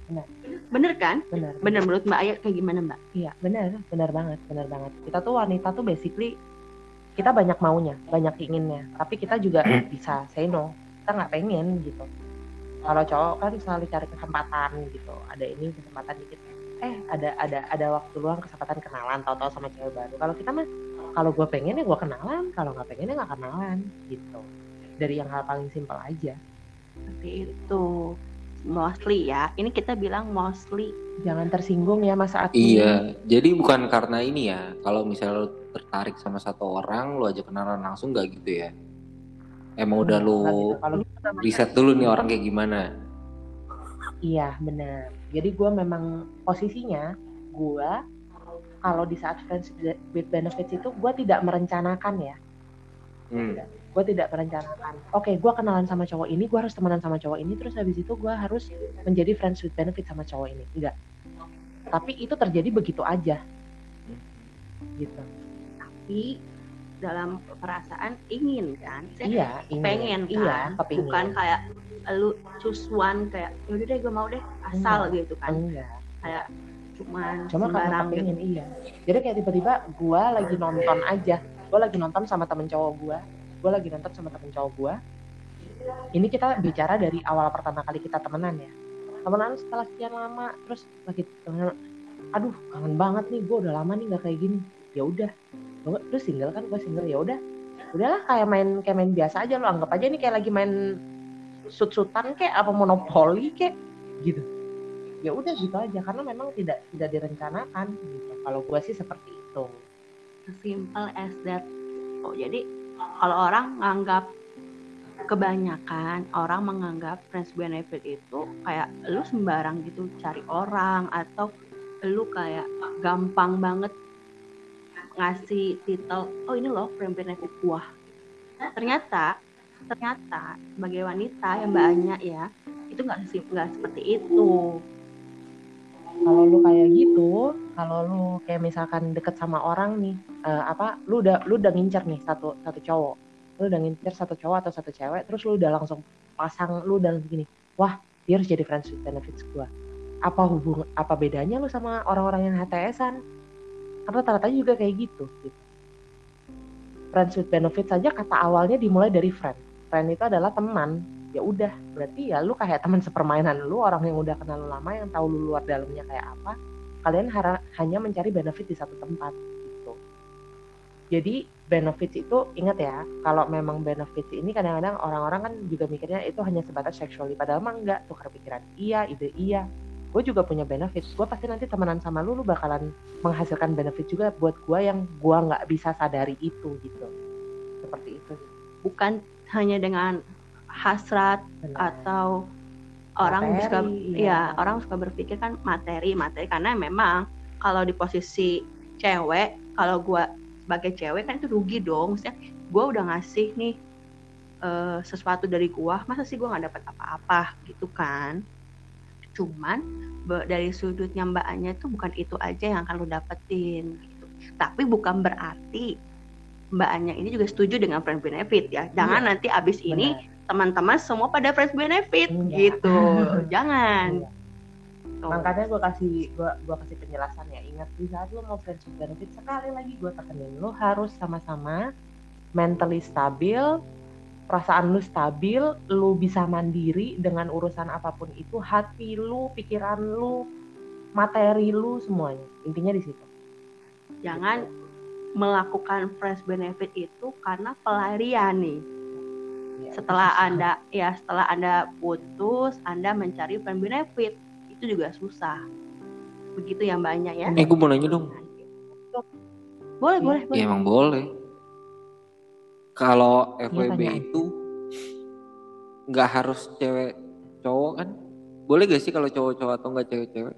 Bener kan? Benar. Bener menurut Mbak Ayat kayak gimana Mbak? Iya benar banget. Kita tuh wanita tuh basically kita banyak maunya, banyak inginnya, tapi kita juga bisa say no. Kita nggak pengen gitu. Kalau cowok kan selalu cari kesempatan gitu. Ada ini kesempatan dikit. Ada waktu luang kesempatan kenalan, tahu-tahu sama cewek baru. Kalau kita mah, kalau gue pengen ya gue kenalan, kalau nggak pengen ya nggak kenalan gitu. Dari yang hal paling simpel aja. Seperti itu. Mostly ya. Ini kita bilang mostly. Jangan tersinggung ya Mas Aki. Iya, jadi bukan karena ini ya. Kalau misalnya lo tertarik sama satu orang, lo aja kenalan langsung nggak gitu ya? Emang udah lo riset dulu nih orang kayak gimana? Iya benar. Jadi gue memang posisinya gue kalau di saat friends with benefits itu gue tidak merencanakan ya. Gue tidak merencanakan. Oke, gue kenalan sama cowok ini, gue harus temenan sama cowok ini, terus habis itu gue harus menjadi friends with benefits sama cowok ini. Enggak. Tapi itu terjadi begitu aja. Gitu. Tapi dalam perasaan ingin kan? Iya, ingin. Pengen kan? Iya, bukan kayak lu choose one kayak yaudah deh gue mau deh asal gitu kan? Enggak. Kayak cuma karena pengen gitu. Iya. Jadi kayak tiba-tiba gue lagi nonton aja. Gue lagi nonton sama temen cowok gue. Ini kita bicara dari awal pertama kali kita temenan ya. Temenan setelah sekian lama, terus lagi temenan. Aduh, kangen banget nih, gue udah lama nih nggak kayak gini. Ya udah, terus single kan, gue single ya udahlah kayak main biasa aja, lo anggap aja nih kayak lagi main sut-sutan kayak apa monopoli kayak gitu. Ya udah gitu aja, karena memang tidak direncanakan gitu. Kalau gue sih seperti itu. Simple as that. Oh, jadi kalau orang nganggap, kebanyakan orang menganggap friends benefit itu kayak lu sembarang gitu cari orang, atau lu kayak gampang banget ngasih titel, oh ini loh friends benefit gua. Ternyata sebagai wanita yang banyak ya, itu nggak seperti itu. Kalau lu kayak gitu, kalau lu kayak misalkan deket sama orang nih, lu udah ngincer nih satu cowok, lu udah ngincer satu cowok atau satu cewek, terus lu udah langsung pasang, lu udah begini, wah dia harus jadi friends with benefits gua. Apa bedanya lu sama orang-orang yang HTS-an? Karena rata-rata juga kayak gitu. Friends with benefits saja kata awalnya dimulai dari friend. Friend itu adalah teman. Ya udah, berarti ya lu kayak teman sepermainan lu, orang yang udah kenal lu lama, yang tahu lu luar dalamnya kayak apa. Kalian hanya mencari benefit di satu tempat gitu. Jadi benefits itu, ingat ya, kalau memang benefits ini kadang-kadang orang-orang kan juga mikirnya itu hanya sebatas sexually, padahal mah enggak, tukar pikiran iya, ide iya. Gue juga punya benefits, gue pasti nanti temenan sama lu bakalan menghasilkan benefit juga buat gue yang gue nggak bisa sadari itu gitu. Seperti itu. Bukan hanya dengan hasrat. Benar. Atau orang orang suka berpikir kan materi, karena memang kalau di posisi cewek, kalau gue sebagai cewek kan itu rugi dong. Maksudnya gue udah ngasih nih sesuatu dari gue, masa sih gue nggak dapat apa-apa gitu kan. Cuman dari sudutnya Mbak Anya itu bukan itu aja yang akan lo dapetin gitu. Tapi bukan berarti Mbak Anya ini juga setuju dengan friends benefit ya. Jangan nanti abis ini teman-teman semua pada friends benefit gitu. Jangan. Makanya gue kasih penjelasan ya. Ingat, di saat lo mau friends benefit, sekali lagi gue tekenin, lo harus sama-sama mentally stabil, perasaan lu stabil, lu bisa mandiri dengan urusan apapun itu, hati lu, pikiran lu, materi lu, semuanya. Intinya di situ. Jangan melakukan friends benefit itu karena pelarian nih. Setelah Anda putus, Anda mencari friends benefit, itu juga susah. Begitu ya Mbaknya ya. Gue mau nanya dong. Boleh. Ya emang boleh. Kalau FWB itu nggak harus cewek cowok kan? Boleh gak sih kalau cowok-cowok atau nggak cewek-cewek?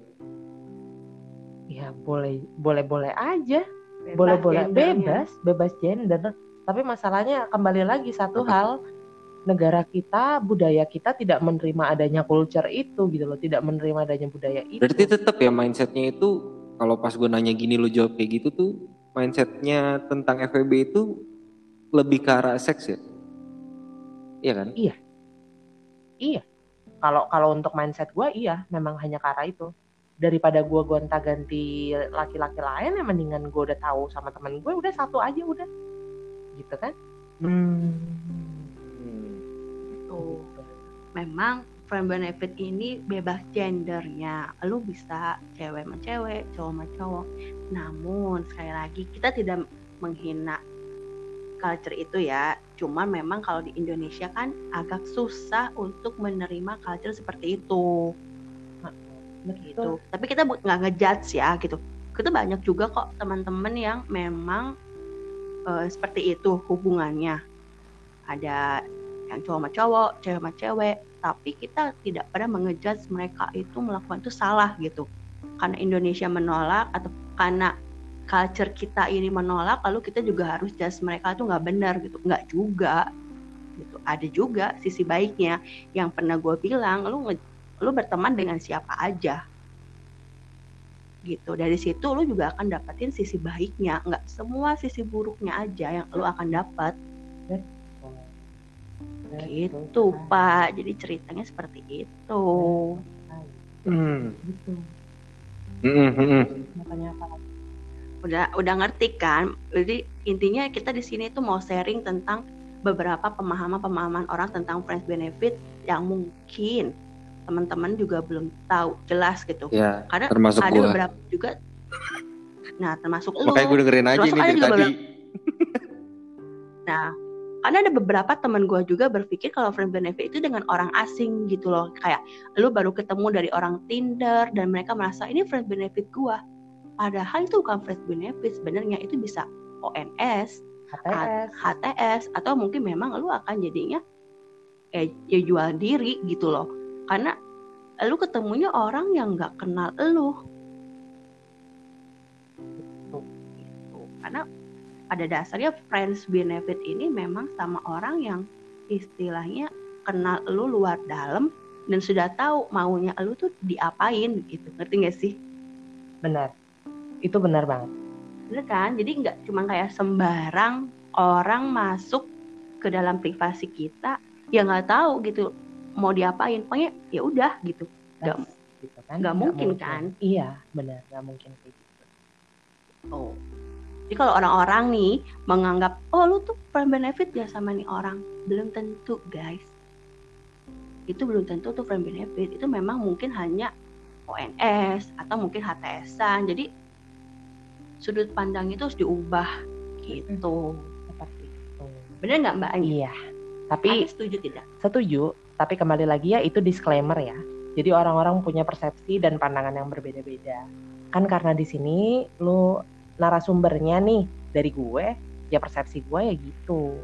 Ya boleh aja. Bebas gender. Tapi masalahnya kembali lagi satu hal, negara kita, budaya kita tidak menerima adanya culture itu gitu loh, tidak menerima adanya budaya itu. Berarti tetap ya mindsetnya itu, kalau pas gue nanya gini lo jawab kayak gitu tuh, mindsetnya tentang FWB itu lebih ke arah seks ya? Iya kan? Iya. Kalau untuk mindset gue iya memang hanya ke arah itu. Daripada gue gonta-ganti laki-laki lain ya mendingan gue udah tahu sama teman gue udah satu aja udah gitu kan. Tuh. Memang friend benefit ini bebas gendernya, lu bisa cewek sama cewek, cowok sama cowok. Namun sekali lagi kita tidak menghina culture itu ya, cuman memang kalau di Indonesia kan agak susah untuk menerima culture seperti itu. Gitu. Tapi kita nggak ngejudge ya gitu. Kita banyak juga kok teman-teman yang memang seperti itu hubungannya. Ada yang cowok sama cowok, cewek sama cewek, tapi kita tidak pernah mengejudge mereka itu melakukan itu salah gitu. Karena Indonesia menolak atau karena culture kita ini menolak, lalu kita juga harus judge mereka itu nggak benar gitu. Nggak juga gitu. Ada juga sisi baiknya yang pernah gue bilang, lu berteman dengan siapa aja gitu. Dari situ lu juga akan dapetin sisi baiknya, nggak semua sisi buruknya aja yang lu akan dapat gitu Pak. Jadi ceritanya seperti itu. Udah ngerti kan? Jadi intinya kita di sini tuh mau sharing tentang beberapa pemahaman orang tentang friends benefit yang mungkin teman-teman juga belum tahu jelas gitu. Ya, karena termasuk ada gua. beberapa juga. Nah, termasuk lu. Makanya gue dengerin aja nih dari tadi. Nah, karena ada beberapa teman gue juga berpikir kalau friend benefit itu dengan orang asing gitu loh. Kayak lu baru ketemu dari orang Tinder dan mereka merasa ini friend benefit gue. Padahal itu bukan friend benefit, sebenarnya itu bisa ONS, HTS, atau mungkin memang lu akan jadinya ya jual diri gitu loh. Karena lu ketemunya orang yang nggak kenal lu. Gitu. Karena pada dasarnya friends benefit ini memang sama orang yang istilahnya kenal lu luar dalam dan sudah tahu maunya lu tuh diapain gitu. Ngerti gak sih? Benar. Itu benar banget. Bener kan? Jadi nggak cuma kayak sembarang orang masuk ke dalam privasi kita yang nggak tahu gitu mau diapain. Pokoknya ya udah gitu. Nggak mungkin kan? Iya, benar. Nggak mungkin kayak gitu. Oh. Jadi kalau orang-orang nih menganggap oh lu tuh friend benefit ya sama nih orang, belum tentu guys. Itu belum tentu tuh friend benefit. Itu memang mungkin hanya ONS atau mungkin HTS-an. Jadi sudut pandang itu harus diubah gitu. Seperti itu. Bener nggak Mbak Ani? Iya. Tapi setuju tidak? Setuju. Tapi kembali lagi ya itu disclaimer ya. Jadi orang-orang punya persepsi dan pandangan yang berbeda-beda. Kan karena di sini lu narasumbernya nih dari gue, ya persepsi gue ya gitu.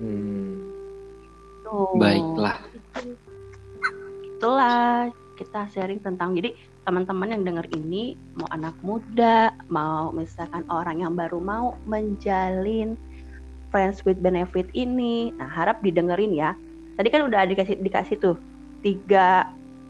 Baiklah. Itulah kita sharing tentang, jadi teman-teman yang dengar ini, mau anak muda, mau misalkan orang yang baru mau menjalin friends with benefit ini, nah harap didengerin ya. Tadi kan udah dikasih tuh tiga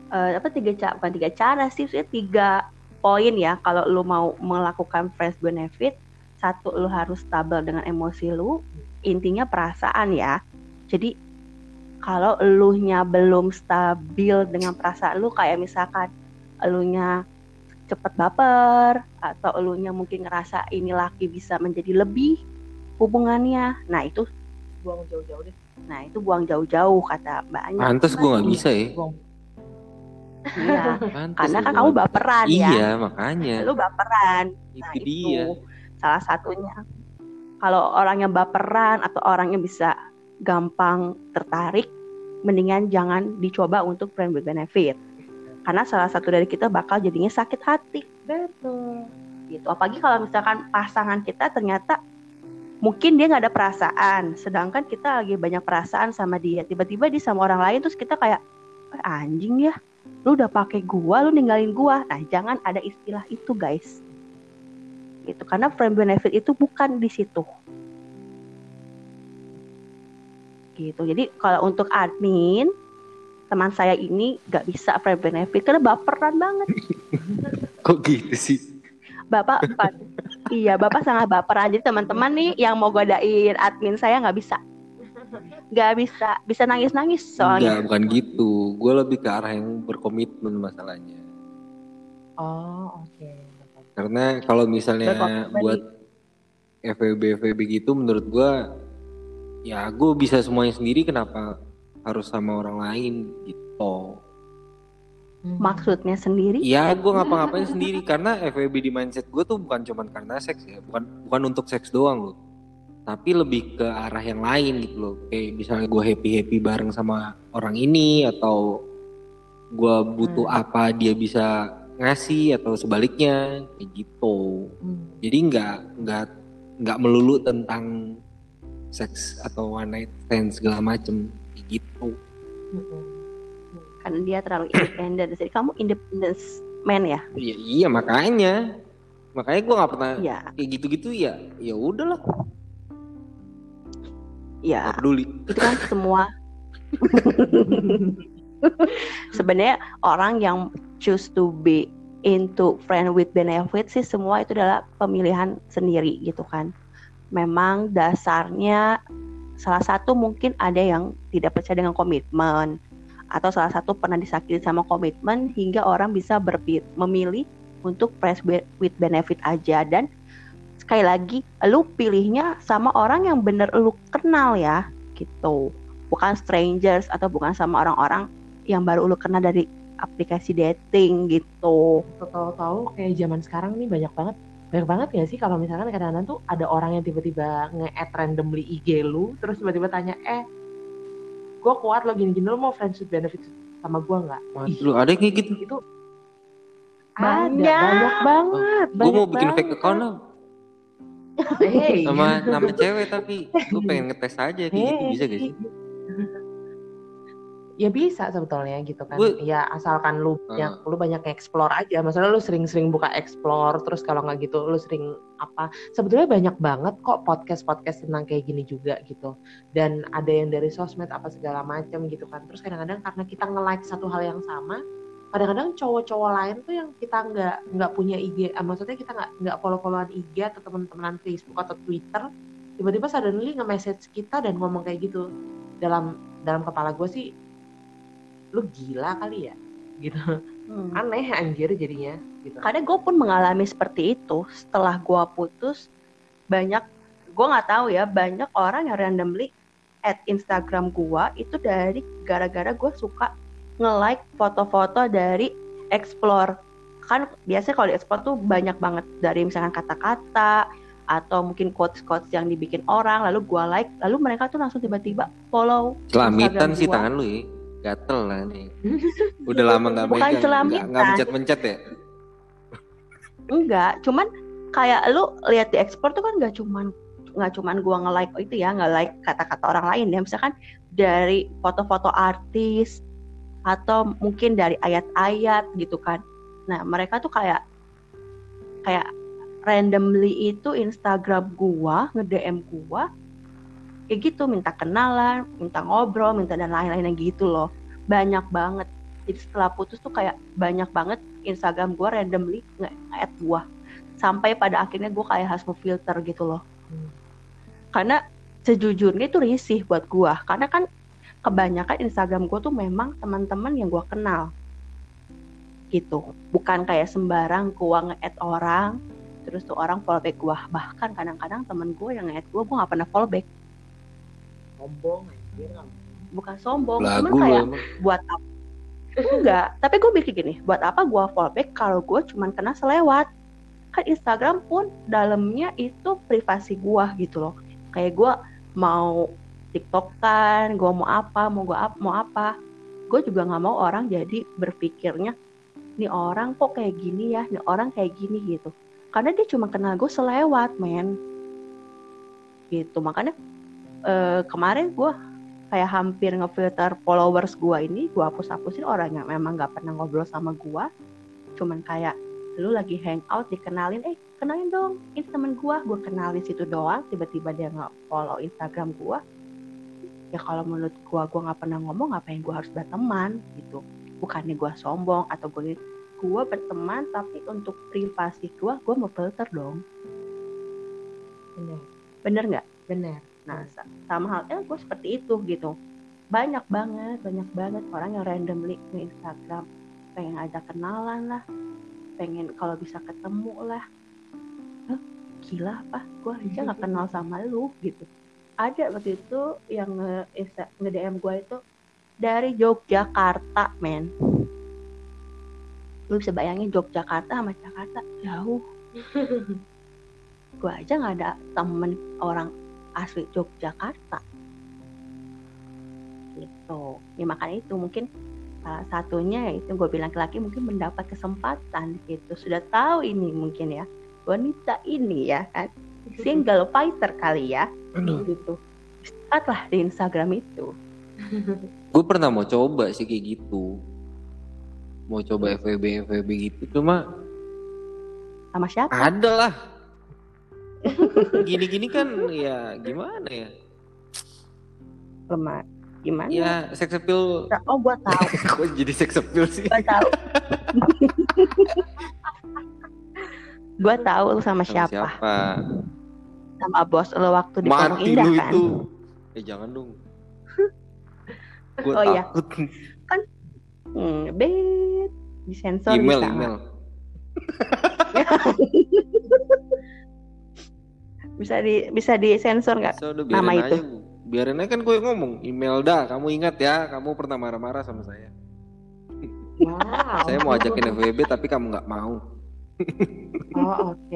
cara sih, 3 poin ya kalau lu mau melakukan friends benefit. 1, lu harus stabil dengan emosi lu, intinya perasaan ya. Jadi kalau elunya belum stabil dengan perasaan lu, kayak misalkan elunya cepet baper atau elunya mungkin ngerasa ini laki bisa menjadi lebih hubungannya, nah itu buang jauh-jauh deh. Nah itu buang jauh-jauh kata Mbak Anya. Pantes gue nggak bisa ya. Iya, karena kan kamu baperan ya. Iya makanya. Lu baperan. Itu nah, dia. Itu salah satunya. Kalau orang yang baperan atau orang yang bisa gampang tertarik, mendingan jangan dicoba untuk friend with benefit. Karena salah satu dari kita bakal jadinya sakit hati. Betul. Gitu. Apalagi kalau misalkan pasangan kita ternyata mungkin dia nggak ada perasaan, sedangkan kita lagi banyak perasaan sama dia. Tiba-tiba dia sama orang lain, terus kita kayak anjing ya, lu udah pakai gua, lu ninggalin gua. Nah jangan ada istilah itu guys. Gitu. Karena friend benefit itu bukan di situ. Gitu. Jadi kalau untuk admin, teman saya ini gak bisa friend benefit karena baperan banget. Kok gitu sih? Bapak sangat baperan. Jadi teman-teman nih yang mau godain admin saya gak bisa. nggak bisa nangis soalnya. Enggak, bukan gitu. Gue lebih ke arah yang berkomitmen masalahnya. Oh, oke. Karena kalau misalnya buat FWB gitu menurut gue, ya gue bisa semuanya sendiri, kenapa harus sama orang lain gitu. Maksudnya sendiri? Iya, gue ngapa-ngapain sendiri, karena FWB di mindset gue tuh bukan cuma karena seks ya, bukan untuk seks doang loh, tapi lebih ke arah yang lain gitu loh. Kayak misalnya gue happy bareng sama orang ini, atau gue butuh apa dia bisa ngasih, atau sebaliknya kayak gitu. Jadi nggak melulu tentang seks atau one night stand segala macem kayak gitu. Karena dia terlalu independen. Jadi kamu independence man ya? Iya makanya gue nggak pernah kayak gitu ya. Ya udahlah. Ya. Gak peduli. Itu kan semua. Sebenarnya orang yang choose to be into friend with benefit sih semua itu adalah pemilihan sendiri gitu kan. Memang dasarnya salah satu mungkin ada yang tidak percaya dengan komitmen, atau salah satu pernah disakiti sama komitmen hingga orang bisa memilih untuk friends with benefit aja. Dan sekali lagi lu pilihnya sama orang yang bener lu kenal ya gitu, bukan strangers atau bukan sama orang-orang yang baru lu kenal dari aplikasi dating gitu. Tahu-tahu kayak zaman sekarang nih banyak banget gak sih kalau misalkan kadang-kadang tuh ada orang yang tiba-tiba nge-add randomly IG lu, terus tiba-tiba tanya, gue kuat lo gini-gini, lo mau friends with benefits sama gue nggak? Lu ada kayak gitu? Itu banyak banget. Gue mau bikin fake account lah. Nama cewek, tapi gue pengen ngetes aja kayak gitu, bisa gak sih? Ya bisa sebetulnya gitu kan. Ya asalkan lu banyak explore aja. Maksudnya lu sering-sering buka explore, terus kalau nggak gitu lu sering apa. Sebetulnya banyak banget kok podcast tentang kayak gini juga gitu. Dan ada yang dari sosmed apa segala macam gitu kan. Terus kadang-kadang karena kita nge-like satu hal yang sama, kadang-kadang cowok-cowok lain tuh yang kita nggak punya IG, maksudnya kita nggak follow-followan IG atau teman-teman Facebook atau Twitter, tiba-tiba suddenly nge-message kita dan ngomong kayak gitu. Dalam kepala gue sih, lu gila kali ya gitu. Aneh anjir jadinya gitu. Karena gue pun mengalami seperti itu. Setelah gue putus, gue nggak tahu ya, banyak orang yang randomly add Instagram gue itu dari gara-gara gue suka nge-like foto-foto dari explore. Kan biasanya kalau di explore tuh banyak banget dari misalkan kata-kata atau mungkin quotes-quotes yang dibikin orang, lalu gue like, lalu mereka tuh langsung tiba-tiba follow. Celamitan sih tangan lu ya. Gatel lah nih. Udah lama gak megang. Gak mencet-mencet ya? Enggak, cuman kayak lu lihat di ekspor tuh kan gak cuman gua nge-like itu ya, nge-like kata-kata orang lain ya. Misalkan dari foto-foto artis atau mungkin dari ayat-ayat gitu kan. Nah, mereka tuh kayak randomly itu Instagram gua, nge-DM gua kayak gitu, minta kenalan, minta ngobrol, minta dan lain-lain gitu loh. Banyak banget. Jadi setelah putus tuh kayak banyak banget Instagram gue randomly nge-add gue. Sampai pada akhirnya gue kayak harus memfilter gitu loh. Karena sejujurnya itu risih buat gue. Karena kan kebanyakan Instagram gue tuh memang teman-teman yang gue kenal. Gitu. Bukan kayak sembarang gue nge-add orang, terus tuh orang follow back gue. Bahkan kadang-kadang temen gue yang nge-add gue gak pernah follow back. Sombong anjir. Bukan sombong, Lagu cuman kayak buat apa? Enggak, tapi gue pikir gini, buat apa gue follow back kalau gue cuman kena selewat? Kan Instagram pun dalamnya itu privasi gue gitu loh. Kayak gue mau TikTokan, gue mau apa, gue juga nggak mau orang jadi berpikirnya, nih orang kok kayak gini ya, nih orang kayak gini gitu. Karena dia cuma kenal gue selewat, men. Gitu, makanya kemarin gue kayak hampir ngefilter followers gue ini, gue hapus-hapusin orang yang memang gak pernah ngobrol sama gue, cuman kayak lu lagi hangout dikenalin, kenalin dong, ini temen gue kenalin situ doang, tiba-tiba dia nggak follow Instagram gue. Ya kalau menurut gue gak pernah ngomong, ngapain gue harus berteman gitu. Bukannya gue sombong atau gue berteman, tapi untuk privasi gue mau filter dong. Bener nggak? Bener. Nah sama halnya gue seperti itu gitu. Banyak banget orang yang randomly ke Instagram pengen ajak kenalan lah, pengen kalau bisa ketemu lah. Gila apa, gue aja nggak kenal sama lu gitu. Ada waktu itu yang nge-DM gue itu dari Yogyakarta, men. Lu bisa bayangin Yogyakarta sama Jakarta jauh. Gue aja nggak ada temen orang asli Yogyakarta gitu. Ya makanya itu mungkin salah satunya itu gue bilang laki-laki mungkin mendapat kesempatan gitu, sudah tahu ini mungkin ya wanita ini ya kan single fighter kali ya gitu, start lah di Instagram itu. Gue pernah mau coba sih kayak gitu, mau coba FWB gitu, cuma sama siapa? Ada lah. Gini-gini kan ya gimana ya? Gimana? Ya sex appeal. Oh gue tahu. Kok jadi sex appeal sih? Gue tahu. Gue tahu lu sama siapa? Sama bos lo waktu di Pondok Indah kan? Itu. Jangan dong. Gue takut. Iya. Kan bet disensor email. bisa disensor nggak nama itu? Biarin aja kan gue ngomong. Imelda, kamu ingat ya, kamu pernah marah-marah sama saya. Wow. Saya mau ajakin FWB tapi kamu nggak mau. Oh oke.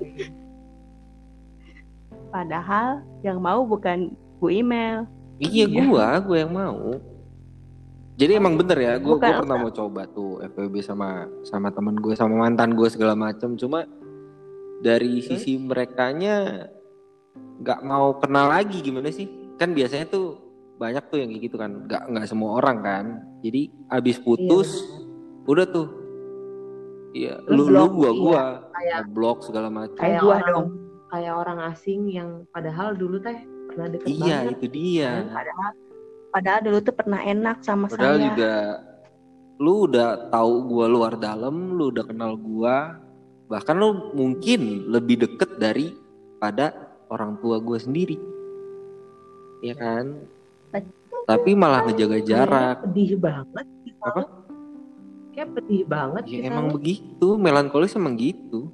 Padahal yang mau bukan Bu Email. Iya, gue yang mau. Jadi emang bener ya, gue pernah mau coba tuh FWB sama teman gue, sama mantan gue segala macam. Cuma dari sisi merekanya nggak mau kenal lagi, gimana sih? Kan biasanya tuh banyak tuh yang kayak gitu kan, nggak semua orang kan. Jadi abis putus, udah tuh, iya, lu gua, blok segala macam. Kayak gua dong, kayak orang asing yang padahal dulu teh pernah deket banget. Iya, itu dia. Padahal dulu tuh pernah enak sama saya. Padahal juga lu udah tahu gua luar dalam, lu udah kenal gua, bahkan lu mungkin lebih deket daripada orang tua gua sendiri. Iya kan? Tapi malah ngejaga jarak. Pedih banget. Apa? Kayak pedih banget. Ya emang begitu, melankolis emang gitu.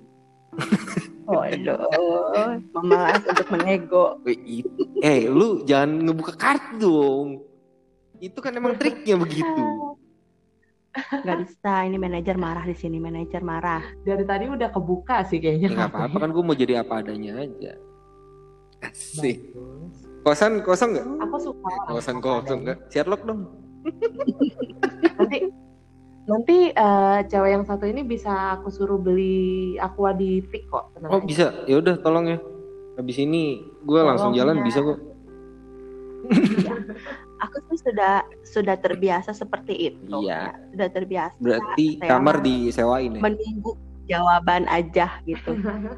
Waduh, memalas untuk menego. Lu jangan ngebuka kartu dong. Itu kan emang triknya begitu. Gak bisa, ini manajer marah di sini, manajer marah. Dari tadi udah kebuka sih kayaknya. Nggak apa-apa kan, gue mau jadi apa adanya aja. Asik. Kosan kosong nggak? Aku suka. Kosan kosong nggak? Sherlock dong. Nanti cewek yang satu ini bisa aku suruh beli aqua di Pik kok. Oh bisa, ya udah tolong ya. Habis ini gue langsung jalan ya. Bisa kok. Ya. Aku sih sudah terbiasa seperti itu. Iya. Ya. Sudah terbiasa. Berarti kamar disewain ya? Menunggu jawaban aja gitu.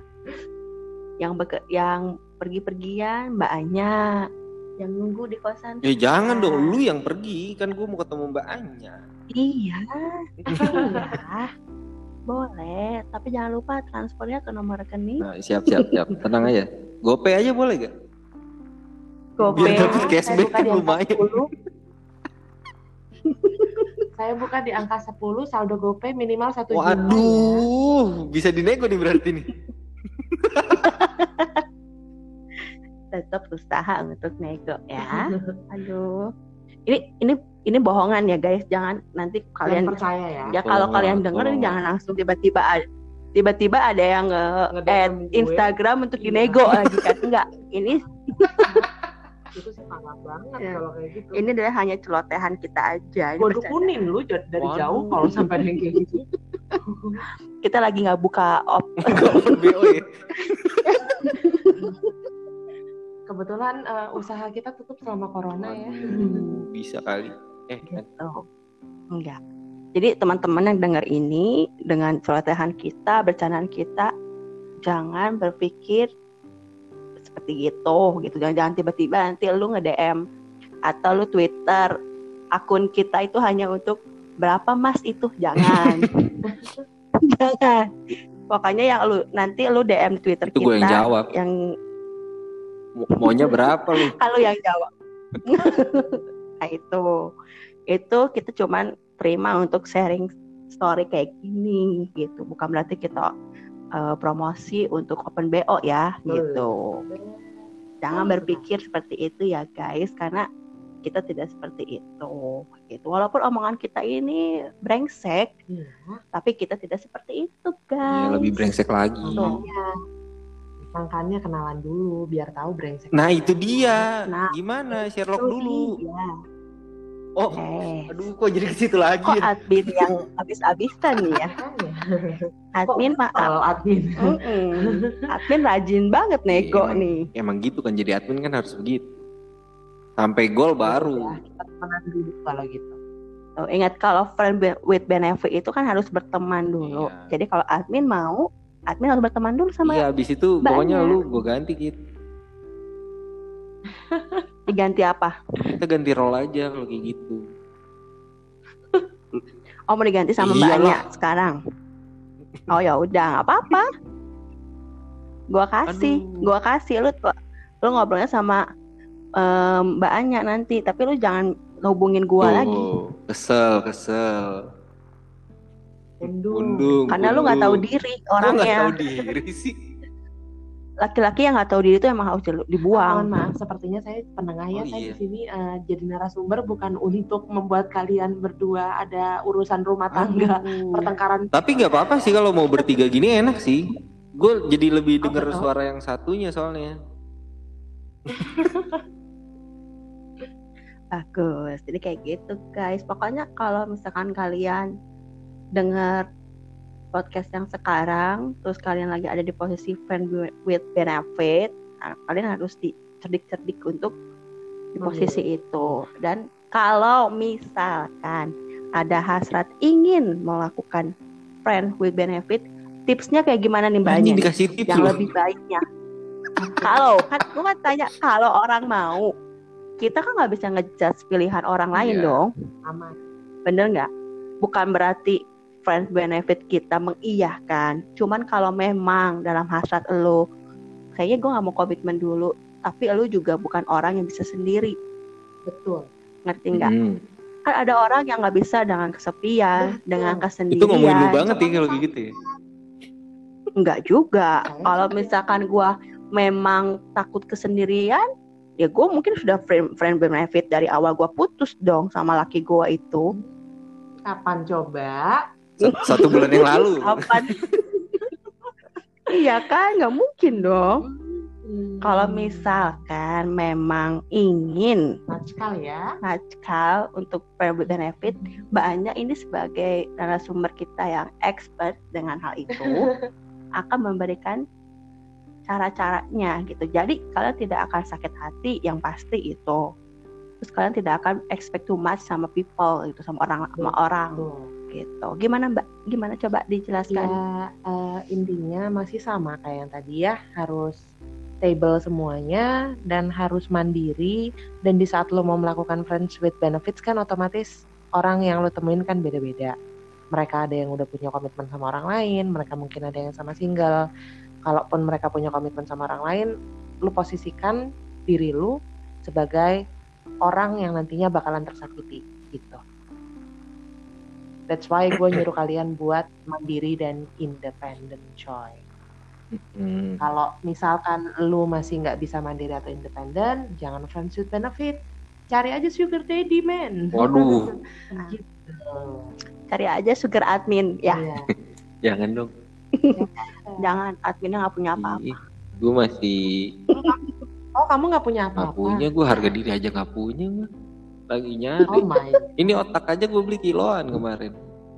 yang pergi-pergian Mbak Anya, yang nunggu di kosan. Ya jangan dong, lu yang pergi, kan gue mau ketemu Mbak Anya. Iya. Boleh, tapi jangan lupa transfernya ke nomor rekening. Nah, siap, tenang aja. GoPay aja boleh gak? GoPay. Biar dapet cashback kan lumayan. Saya buka di angka 10, saldo GoPay minimal 1 juta. Waduh, bisa dinego nih berarti nih. Tetap usaha untuk nego ya. Aduh. Ini bohongan ya guys, jangan nanti kalian percaya ya. Ya kalau kalian denger jangan langsung tiba-tiba ada yang nge-add Instagram untuk dinego lagi kan. Enggak. Ini itu sih parah banget ya. Kalau kayak gitu. Ini adalah hanya celotehan kita aja. Gue dukunin lu dari jauh kalau sampai ada yang kayak gitu. Kita lagi nggak buka BO ya. Kebetulan usaha kita tutup selama corona ya. Bisa kali. Gitu. Enggak. Jadi teman-teman yang dengar ini dengan celotehan kita, bercandaan kita, jangan berpikir seperti gitu. Jangan tiba-tiba nanti lu nge-DM atau lu Twitter akun kita itu hanya untuk berapa mas itu, jangan. Jangan. Pokoknya yang nanti lu DM Twitter itu kita gue yang jawab. Yang Maunya berapa lu? Kalau yang jawab. Nah itu kita cuman terima untuk sharing story kayak gini gitu. Bukan berarti kita promosi untuk open BO ya gitu. Jangan berpikir seperti itu ya guys, karena kita tidak seperti itu gitu. Walaupun omongan kita ini brengsek, tapi kita tidak seperti itu guys. Ya, lebih brengsek lagi. Makanya kenalan dulu biar tahu brengsek. Nah itu dia. Gimana Sherlock dulu? Iya. Oh, aduh kok jadi ke situ lagi? Kok admin yang habis-habisan nih ya? Admin maaf. Admin. Admin rajin banget nego nih. Emang gitu kan, jadi admin kan harus begitu. Sampai gol baru. Ya, kita temenan dulu kalau gitu. Ingat kalau friend with benefit itu kan harus berteman dulu. Iya. Jadi kalau admin mau, admin harus berteman dulu sama. Iya, habis itu pokoknya lu gue ganti gitu. Diganti apa? Kita ganti role aja kalau kayak gitu. Oh, mau diganti sama mbaknya sekarang? Oh ya udah, nggak apa-apa. Gua kasih lu ngobrolnya sama mbaknya nanti, tapi lu jangan hubungin gua lagi. Kesel. Undung. Karena lu nggak tahu diri orangnya. Nggak tahu diri sih. Laki-laki yang nggak tahu diri itu emang harus dibuang. Mohon maaf, sepertinya saya penengah ya. Saya di sini jadi narasumber bukan untuk membuat kalian berdua ada urusan rumah tangga, pertengkaran. Tapi nggak apa-apa sih kalau mau bertiga gini, enak sih. Gue jadi lebih denger suara yang satunya soalnya. Bagus. Jadi kayak gitu guys. Pokoknya kalau misalkan kalian dengar podcast yang sekarang, terus kalian lagi ada di posisi friend with benefit, kalian harus cerdik-cerdik untuk di posisi itu. Dan kalau misalkan ada hasrat ingin melakukan friend with benefit, tipsnya kayak gimana nih mbaknya? Dikasih tips yang lebih baiknya. Kalau kan gue kan tanya, kalau orang mau, kita kan nggak bisa ngejudge pilihan orang lain dong. Aman. Bener nggak? Bukan berarti friends benefit kita mengiyahkan. Cuman kalau memang dalam hasrat lo, kayaknya gue gak mau komitmen dulu, tapi lo juga bukan orang yang bisa sendiri. Betul. Ngerti gak? Kan ada orang yang gak bisa dengan kesepian, dengan kesendirian. Itu ngomongin lu banget ya kalau gitu ya? Enggak juga. Kalau misalkan gue memang takut kesendirian, ya gue mungkin sudah friend benefit dari awal. Gue putus dong sama laki gue itu. Kapan coba? 1 bulan yang lalu. Kapan? Iya kan, nggak mungkin dong. Kalau misalkan memang ingin natskal untuk friend with benefit, mbaknya ini sebagai narasumber kita yang expert dengan hal itu akan memberikan cara-caranya gitu. Jadi kalian tidak akan sakit hati yang pasti itu. Terus kalian tidak akan expect too much sama people gitu, sama orang gitu. Gimana mbak? Gimana coba dijelaskan? Ya intinya masih sama kayak yang tadi ya, harus stable semuanya dan harus mandiri. Dan di saat lo mau melakukan friends with benefits kan otomatis orang yang lo temuin kan beda-beda. Mereka ada yang udah punya komitmen sama orang lain, mereka mungkin ada yang sama single. Kalaupun mereka punya komitmen sama orang lain, lo posisikan diri lo sebagai orang yang nantinya bakalan tersakiti gitu. That's why gue nyuruh kalian buat mandiri dan independent, coy. Kalau misalkan lu masih nggak bisa mandiri atau independent, jangan friends with benefit. Cari aja sugar daddy, man. Waduh. Gitu. Cari aja sugar admin, ya. Iya. Jangan dong. Jangan, adminnya nggak punya apa-apa. Gue masih. Oh, kamu nggak punya apa-apa? Nggak punya, gue harga diri aja nggak punya gue. Lagi nyari. Oh my. Ini otak aja gue beli kiloan kemarin.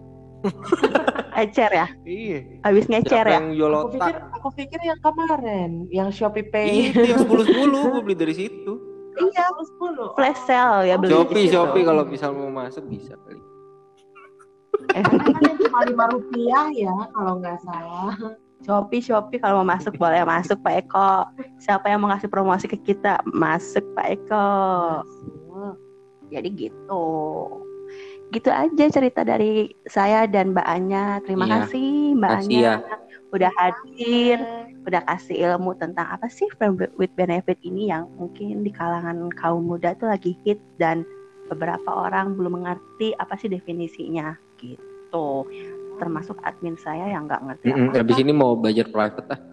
Ecer ya? Iya. Habis ngecer ya? Yang jual otak. Aku pikir yang kemarin, yang Shopee Pay. Itu yang 10 gue beli dari situ. Iya, 10. Flash sale ya beli. Shopee kalau misal mau masuk bisa kali. Cuma Rp5 ya kalau nggak salah. Shopee kalau mau masuk boleh masuk Pak Eko. Siapa yang mau ngasih promosi ke kita, masuk Pak Eko. Jadi gitu. gitu aja cerita dari saya dan Mbak Anya. Terima kasih Mbak Anya udah hadir, udah kasih ilmu tentang apa sih friend with benefit ini yang mungkin di kalangan kaum muda tuh lagi hit dan beberapa orang belum mengerti apa sih definisinya gitu. Termasuk admin saya yang nggak ngerti apa-apa. Habis ini mau belajar private lah.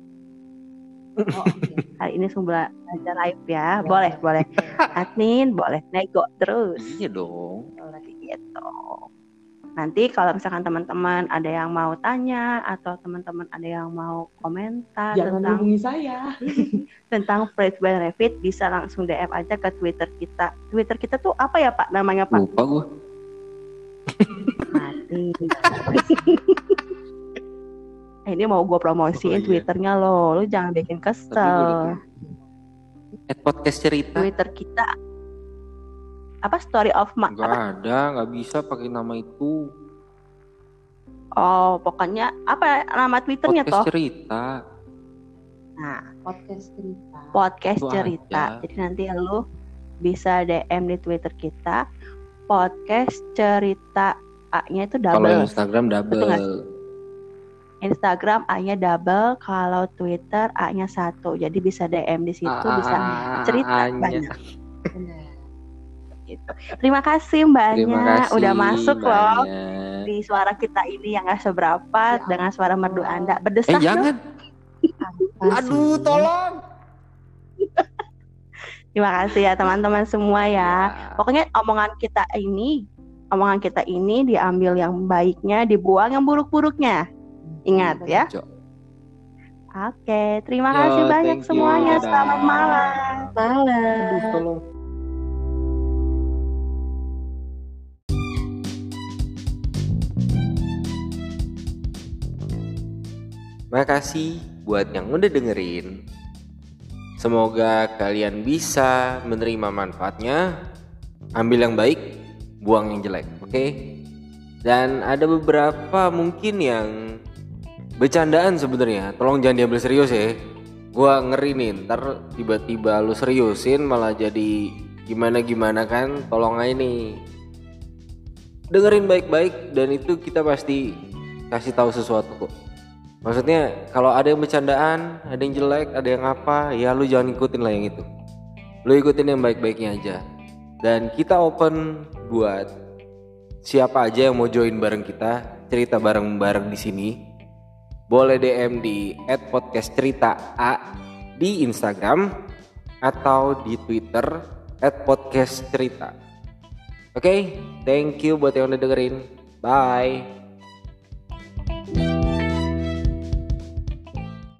Hari ini semua belajar live ya. Boleh. Admin boleh nego terus. Iya dong. Gitu. Nanti kalau misalkan teman-teman ada yang mau tanya atau teman-teman ada yang mau komentar jangan hubungi saya tentang friends benefit, bisa langsung DM aja ke Twitter kita. Twitter kita tuh apa ya Pak namanya Pak? Lupa gue. Mati. Ini mau gue promosiin Twitternya lo jangan bikin kesel. Podcast cerita. Twitter kita apa story of Mak? Gak ada, nggak bisa pakai nama itu. Oh, pokoknya apa nama Twitternya podcast toh? Cerita. Nah, podcast cerita. Jadi nanti lo bisa DM di Twitter kita podcast cerita, A-nya itu double. Kalau Instagram double. Instagram A-nya double, kalau Twitter A-nya 1. Jadi bisa DM di situ, bisa cerita banyak. Gitu. Terima kasih Mbak Anya udah masuk loh di suara kita ini yang gak seberapa dengan suara merdu Anda. Berdesak jangan. Aduh, tolong. Terima kasih ya teman-teman semua ya. Pokoknya omongan kita ini diambil yang baiknya, dibuang yang buruk-buruknya. Ingat ya. Oke, terima kasih banyak semuanya. Selamat malam. Aduh, tolong. Makasih buat yang udah dengerin. Semoga kalian bisa menerima manfaatnya. Ambil yang baik, buang yang jelek, oke? Dan ada beberapa mungkin yang bercandaan sebenarnya. Tolong jangan diambil serius ya. Gua ngeri nih, ntar tiba-tiba lu seriusin malah jadi gimana-gimana kan. Tolong aja nih dengerin baik-baik, dan itu kita pasti kasih tahu sesuatu kok. Maksudnya kalau ada yang bercandaan, ada yang jelek, ada yang apa, ya lu jangan ikutin lah yang itu. Lu ikutin yang baik-baiknya aja. Dan kita open buat siapa aja yang mau join bareng kita, cerita bareng-bareng di sini. Boleh DM di @podcastcerita_a di Instagram atau di Twitter @podcastcerita. Oke, thank you buat yang udah dengerin. Bye.